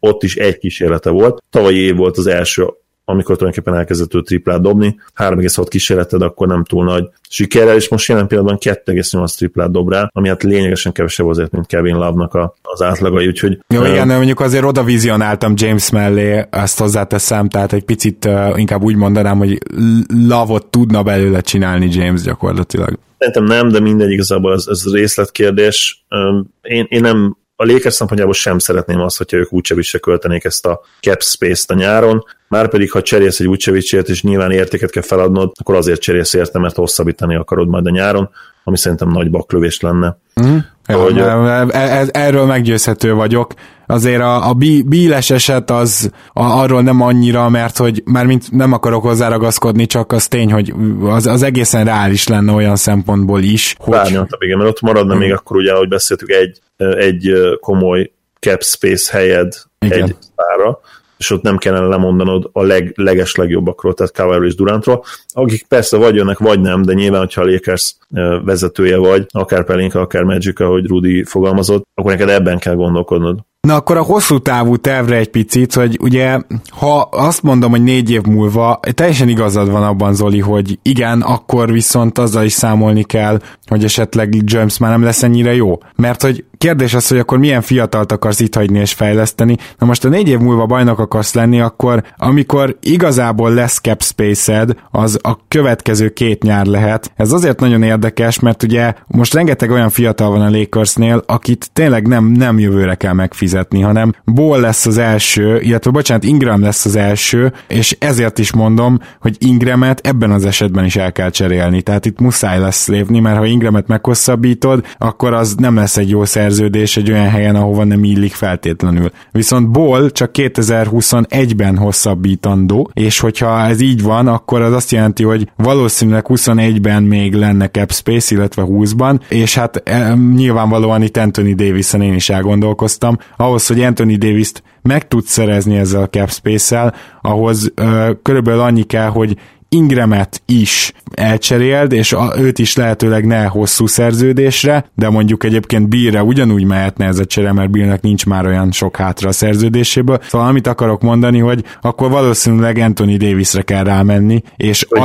ott is egy kísérlete volt. Tavalyi év volt az első, amikor tulajdonképpen elkezdett ő triplát dobni, három egész hat kísérleted, akkor nem túl nagy sikerrel, és most jelen pillanatban kettő egész nyolc triplát dob rá, ami hát lényegesen kevesebb azért, mint Kevin Love-nak a, az átlagai, úgyhogy... Jó, igen, de mondjuk azért oda vizionáltam James mellé, ezt hozzáteszem, tehát egy picit uh, inkább úgy mondanám, hogy Love-ot tudna belőle csinálni James gyakorlatilag. Szerintem nem, de mindegy, igazából ez, ez részletkérdés. Én, én nem a Lakers szempontjából sem szeretném azt, hogyha ők Vucevicre költenék ezt a cap space-t a nyáron, márpedig ha cserélsz egy Vucevicért, és nyilván értéket kell feladnod, akkor azért cserélsz érte, mert hosszabbítani akarod majd a nyáron, ami szerintem nagy baklövés lenne. Mm. Hogy, ja, ez, erről meggyőzhető vagyok. Azért a, a bíles eset az a, arról nem annyira, mert hogy mármint nem akarok hozzáragaszkodni, csak az tény, hogy az, az egészen reális lenne olyan szempontból is. Hogy... Várnyaltam, igen, mert ott maradna mm. még akkor ugye, ahogy beszéltük, egy, egy komoly cap space helyed igen. egy szára, és ott nem kellene lemondanod a leg, leges legjobbakról, tehát Kawhi és Durantról, akik persze vagy jönnek, vagy nem, de nyilván, hogyha a Lakers vezetője vagy, akár Pelinka, akár Magic, ahogy Rudy fogalmazott, akkor neked ebben kell gondolkodnod. Na akkor a hosszú távú tervre egy picit, hogy ugye, ha azt mondom, hogy négy év múlva, teljesen igazad van abban, Zoli, hogy igen, akkor viszont azzal is számolni kell, hogy esetleg James már nem lesz ennyire jó. Mert hogy kérdés az, hogy akkor milyen fiatalt akarsz itt hagyni és fejleszteni. Na most a négy év múlva bajnok akarsz lenni, akkor amikor igazából lesz cap space-ed, az a következő két nyár lehet. Ez azért nagyon érdekes, mert ugye most rengeteg olyan fiatal van a Lakersnél, akit tényleg nem, nem jövőre kell megfizetni, hanem Ball lesz az első, illetve bocsánat, Ingram lesz az első, és ezért is mondom, hogy Ingramet ebben az esetben is el kell cserélni. Tehát itt muszáj lesz lépni, mert ha Ingramet meghosszabbítod, akkor az nem lesz egy jó szerződés egy olyan helyen, ahova nem illik feltétlenül. Viszont Ball csak kétezer-huszonegyben hosszabbítandó, és hogyha ez így van, akkor az azt jelenti, hogy valószínűleg huszonegyben még lenne cap space, illetve húszban, és hát e, nyilvánvalóan itt Anthony Davis-en én is elgondolkoztam. Ahhoz, hogy Anthony Davis-t meg tudsz szerezni ezzel a cap space-szel, ahhoz ö, körülbelül annyi kell, hogy Ingramet is elcseréld, és a, őt is lehetőleg ne hosszú szerződésre, de mondjuk egyébként Bealre ugyanúgy mehetne ez a csere, mert Bealnek nincs már olyan sok hátra a szerződéséből. Szóval amit akarok mondani, hogy akkor valószínűleg Anthony Davisre kell rámenni, és ad...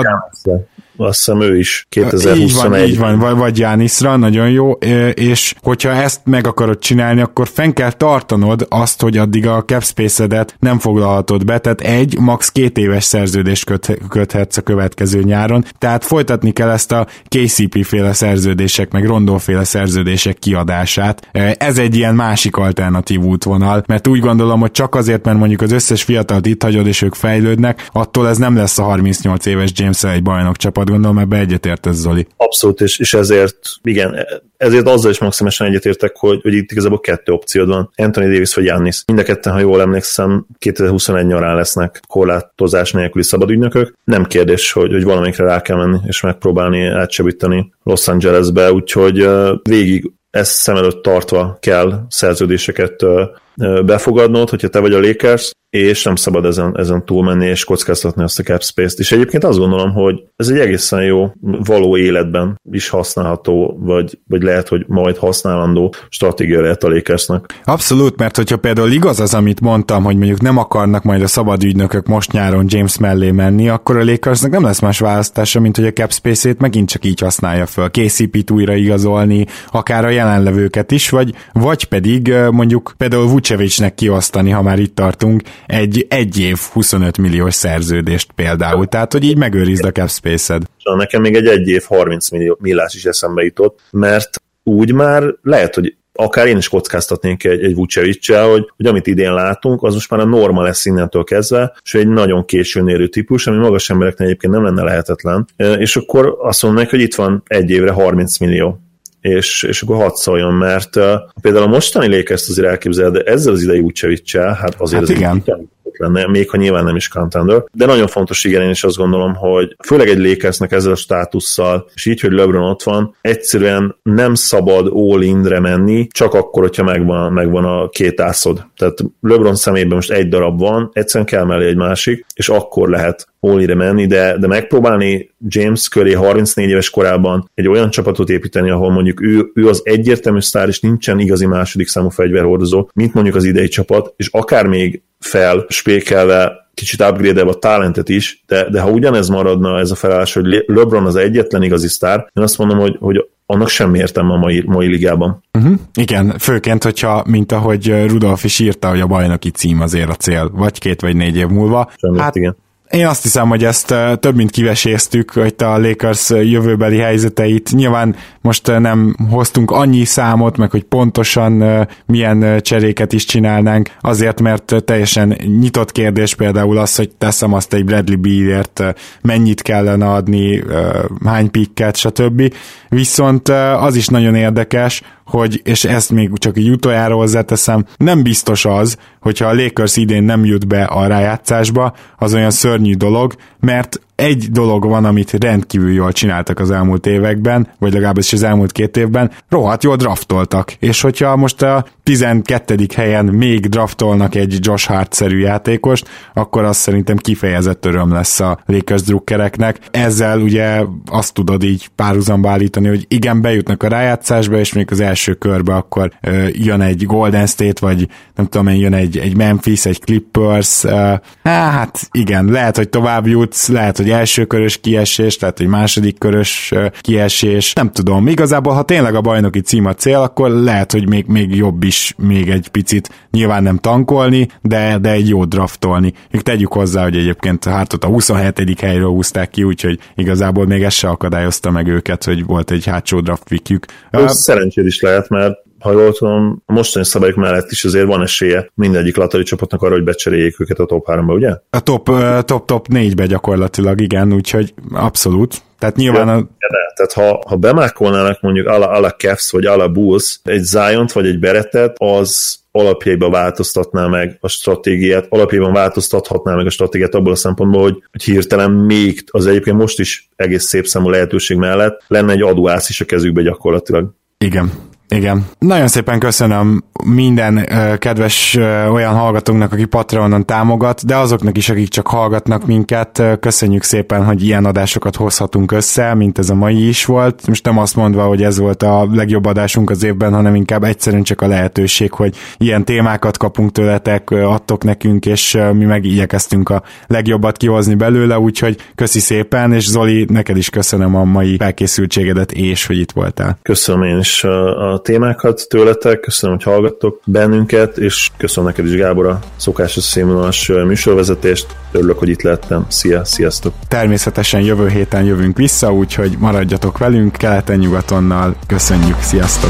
Azt hiszem ő is kétezer-huszonegy. Így van, így van, vagy Giannisra, nagyon jó, és hogyha ezt meg akarod csinálni, akkor fenn kell tartanod azt, hogy addig a cap space-edet nem foglalhatod be, tehát egy, max. két éves szerződést köt, köthetsz a következő nyáron, tehát folytatni kell ezt a ká cé pé-féle szerződések, meg Rondo-féle szerződések kiadását. Ez egy ilyen másik alternatív útvonal, mert úgy gondolom, hogy csak azért, mert mondjuk az összes fiatalt itt hagyod, és ők fejlődnek, attól ez nem lesz a harmincnyolc éves James-el egy bajnok csapat. Gondolom, ebbe egyetértesz, Zoli. Abszolút, és, és ezért, igen, ezért azzal is maximálisan egyetértek, hogy, hogy itt igazából kettő opciód van, Anthony Davis vagy Giannis. Mind a ketten, ha jól emlékszem, kétezer-huszonegy nyarán lesznek korlátozás nélküli szabadügynökök. Nem kérdés, hogy, hogy valamikre rá kell menni, és megpróbálni átsebíteni Los Angelesbe, úgyhogy uh, végig ezt szem előtt tartva kell szerződéseket uh, befogadnod, hogyha te vagy a Lakers, és nem szabad ezen, ezen túlmenni és kockáztatni azt a cap space-t. És egyébként azt gondolom, hogy ez egy egészen jó, való életben is használható, vagy, vagy lehet, hogy majd használandó stratégia lehet a Lakersnek. Abszolút, mert hogyha például igaz az, amit mondtam, hogy mondjuk nem akarnak majd a szabad ügynökök most nyáron James mellé menni, akkor a Lakersnek nem lesz más választása, mint hogy a cap space-ét megint csak így használja föl. ká cé pét újra igazolni, akár a jelenlevőket is, vagy, vagy pedig mondjuk például Vucevicnek kiosztani, ha már itt tartunk, egy egy év huszonöt milliós szerződést például, tehát hogy így megőrizd a cap space-ed. Nekem még egy egy év harminc millió millás is eszembe jutott, mert úgy már lehet, hogy akár én is kockáztatnék egy, egy Vucevic-sel, hogy, hogy amit idén látunk, az most már a norma lesz innentől kezdve, és egy nagyon későn érő típus, ami magas embereknek egyébként nem lenne lehetetlen. És akkor azt mondom hogy itt van egy évre harminc millió. És, és akkor hadd szóljon, mert uh, például a mostani Lakers azért elképzeled, de ezzel az idei Vucevic-sel, hát azért hát az igen. Lenne, még ha nyilván nem is contender, de nagyon fontos, igen, én is azt gondolom, hogy főleg egy Lakersnek ezzel a státusszal, és így, hogy LeBron ott van, egyszerűen nem szabad all-inre menni, csak akkor, hogyha megvan, megvan a két ászod. Tehát LeBron szemében most egy darab van, egyszerűen kell mellé egy másik, és akkor lehet all-ire menni, de, de megpróbálni James Curry harmincnégy éves korában egy olyan csapatot építeni, ahol mondjuk ő, ő az egyértelmű sztár, és nincsen igazi második számú fegyverhordozó, mint mondjuk az idei csapat, és akár még fel spékelve kicsit upgrade-elve a talentet is, de, de ha ugyanez maradna ez a felállás, hogy LeBron az egyetlen igazi sztár, én azt mondom, hogy, hogy annak semmi értelme a mai, mai ligában. Uh-huh. Igen, főként, hogyha, mint ahogy Rudolf is írta, hogy a bajnoki cím azért a cél, vagy két vagy négy év múlva. Semmi, hát igen. Én azt hiszem, hogy ezt több mint kiveséztük, hogy a Lakers jövőbeli helyzeteit. Nyilván most nem hoztunk annyi számot, meg hogy pontosan milyen cseréket is csinálnánk, azért, mert teljesen nyitott kérdés például az, hogy teszem azt egy Bradley Bealért, mennyit kellene adni, hány pikket, stb. Viszont az is nagyon érdekes, hogy, és ezt még csak így utoljára hozzáteszem, nem biztos az, hogyha a Lakers idén nem jut be a rájátszásba, az olyan szörnyű dolog, mert egy dolog van, amit rendkívül jól csináltak az elmúlt években, vagy legalábbis az elmúlt két évben, rohadt jól draftoltak, és hogyha most a tizenkettedik helyen még draftolnak egy Josh Hart-szerű játékost, akkor az szerintem kifejezett öröm lesz a Lakers drukkereknek. Ezzel ugye azt tudod így párhuzamba állítani, hogy igen, bejutnak a rájátszásba, és még az első körbe akkor uh, jön egy Golden State, vagy nem tudom én, jön egy, egy Memphis, egy Clippers, uh, hát igen, lehet, hogy tovább jutsz, lehet, hogy elsőkörös kiesés, tehát egy második körös kiesés, nem tudom, igazából ha tényleg a bajnoki cím a cél, akkor lehet, hogy még, még jobb is még egy picit, nyilván nem tankolni, de, de egy jó draftolni. Még tegyük hozzá, hogy egyébként Hartot a huszonhetedik helyről húzták ki, úgyhogy igazából még ez se akadályozta meg őket, hogy volt egy hátsó draft pickjük. Uh, szerencséd is lehet, mert ha jól tudom, a mostani szabályok mellett is azért van esélye mindegyik lottery csapatnak arra, hogy becseréljék őket a top háromba, ugye? A top, top, top négybe gyakorlatilag, igen, úgyhogy abszolút. Tehát nyilván... A... De, tehát ha, ha bemákolnának mondjuk ala, ala Cavs vagy ala Bulls egy Ziont vagy egy Berettet, az alapjaiban változtatná meg a stratégiát, alapjaiban változtathatná meg a stratégiát abból a szempontból, hogy, hogy hirtelen még az egyébként most is egész szép számú lehetőség mellett lenne egy adóász is a kezükbe gyakorlatilag. Igen. Igen. Nagyon szépen köszönöm minden uh, kedves uh, olyan hallgatónknak, aki Patreonon támogat, de azoknak is, akik csak hallgatnak minket, uh, köszönjük szépen, hogy ilyen adásokat hozhatunk össze, mint ez a mai is volt. Most nem azt mondva, hogy ez volt a legjobb adásunk az évben, hanem inkább egyszerűen csak a lehetőség, hogy ilyen témákat kapunk tőletek, uh, adtok nekünk, és uh, mi meg igyekeztünk a legjobbat kihozni belőle, úgyhogy köszi szépen, és Zoli, neked is köszönöm a mai felkészültségedet, és hogy itt voltál. Köszönöm én is a a témákat tőletek, köszönöm, hogy hallgattok bennünket, és köszönöm neked is, Gábor, a szokásos színvonalas műsorvezetést. Örülök, hogy itt lehettem. Szia, sziasztok! Természetesen jövő héten jövünk vissza, úgyhogy maradjatok velünk, keleten-nyugatonnal. Köszönjük, sziasztok!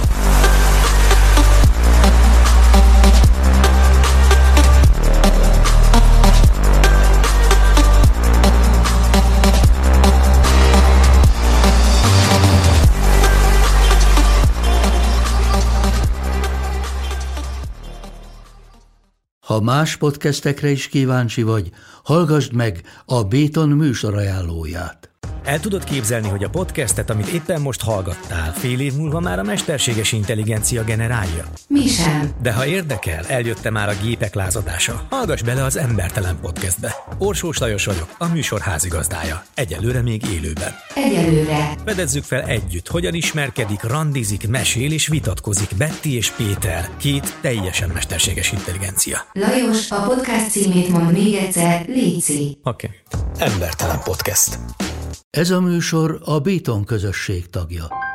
Ha más podcastekre is kíváncsi vagy, hallgassd meg a Béton műsor ajánlóját. El tudod képzelni, hogy a podcastet, amit éppen most hallgattál, fél év múlva már a mesterséges intelligencia generálja? Mi sem. De ha érdekel, eljött már a gépek lázadása. Hallgass bele az Embertelen Podcastbe. Orsós Lajos vagyok, a műsor házigazdája. Egyelőre még élőben. Egyelőre. Fedezzük fel együtt, hogyan ismerkedik, randizik, mesél és vitatkozik Betty és Péter, két teljesen mesterséges intelligencia. Lajos, a podcast címét mond még egyszer, léci. Oké. Okay. Embertelen Podcast. Ez a műsor a Béton közösség tagja.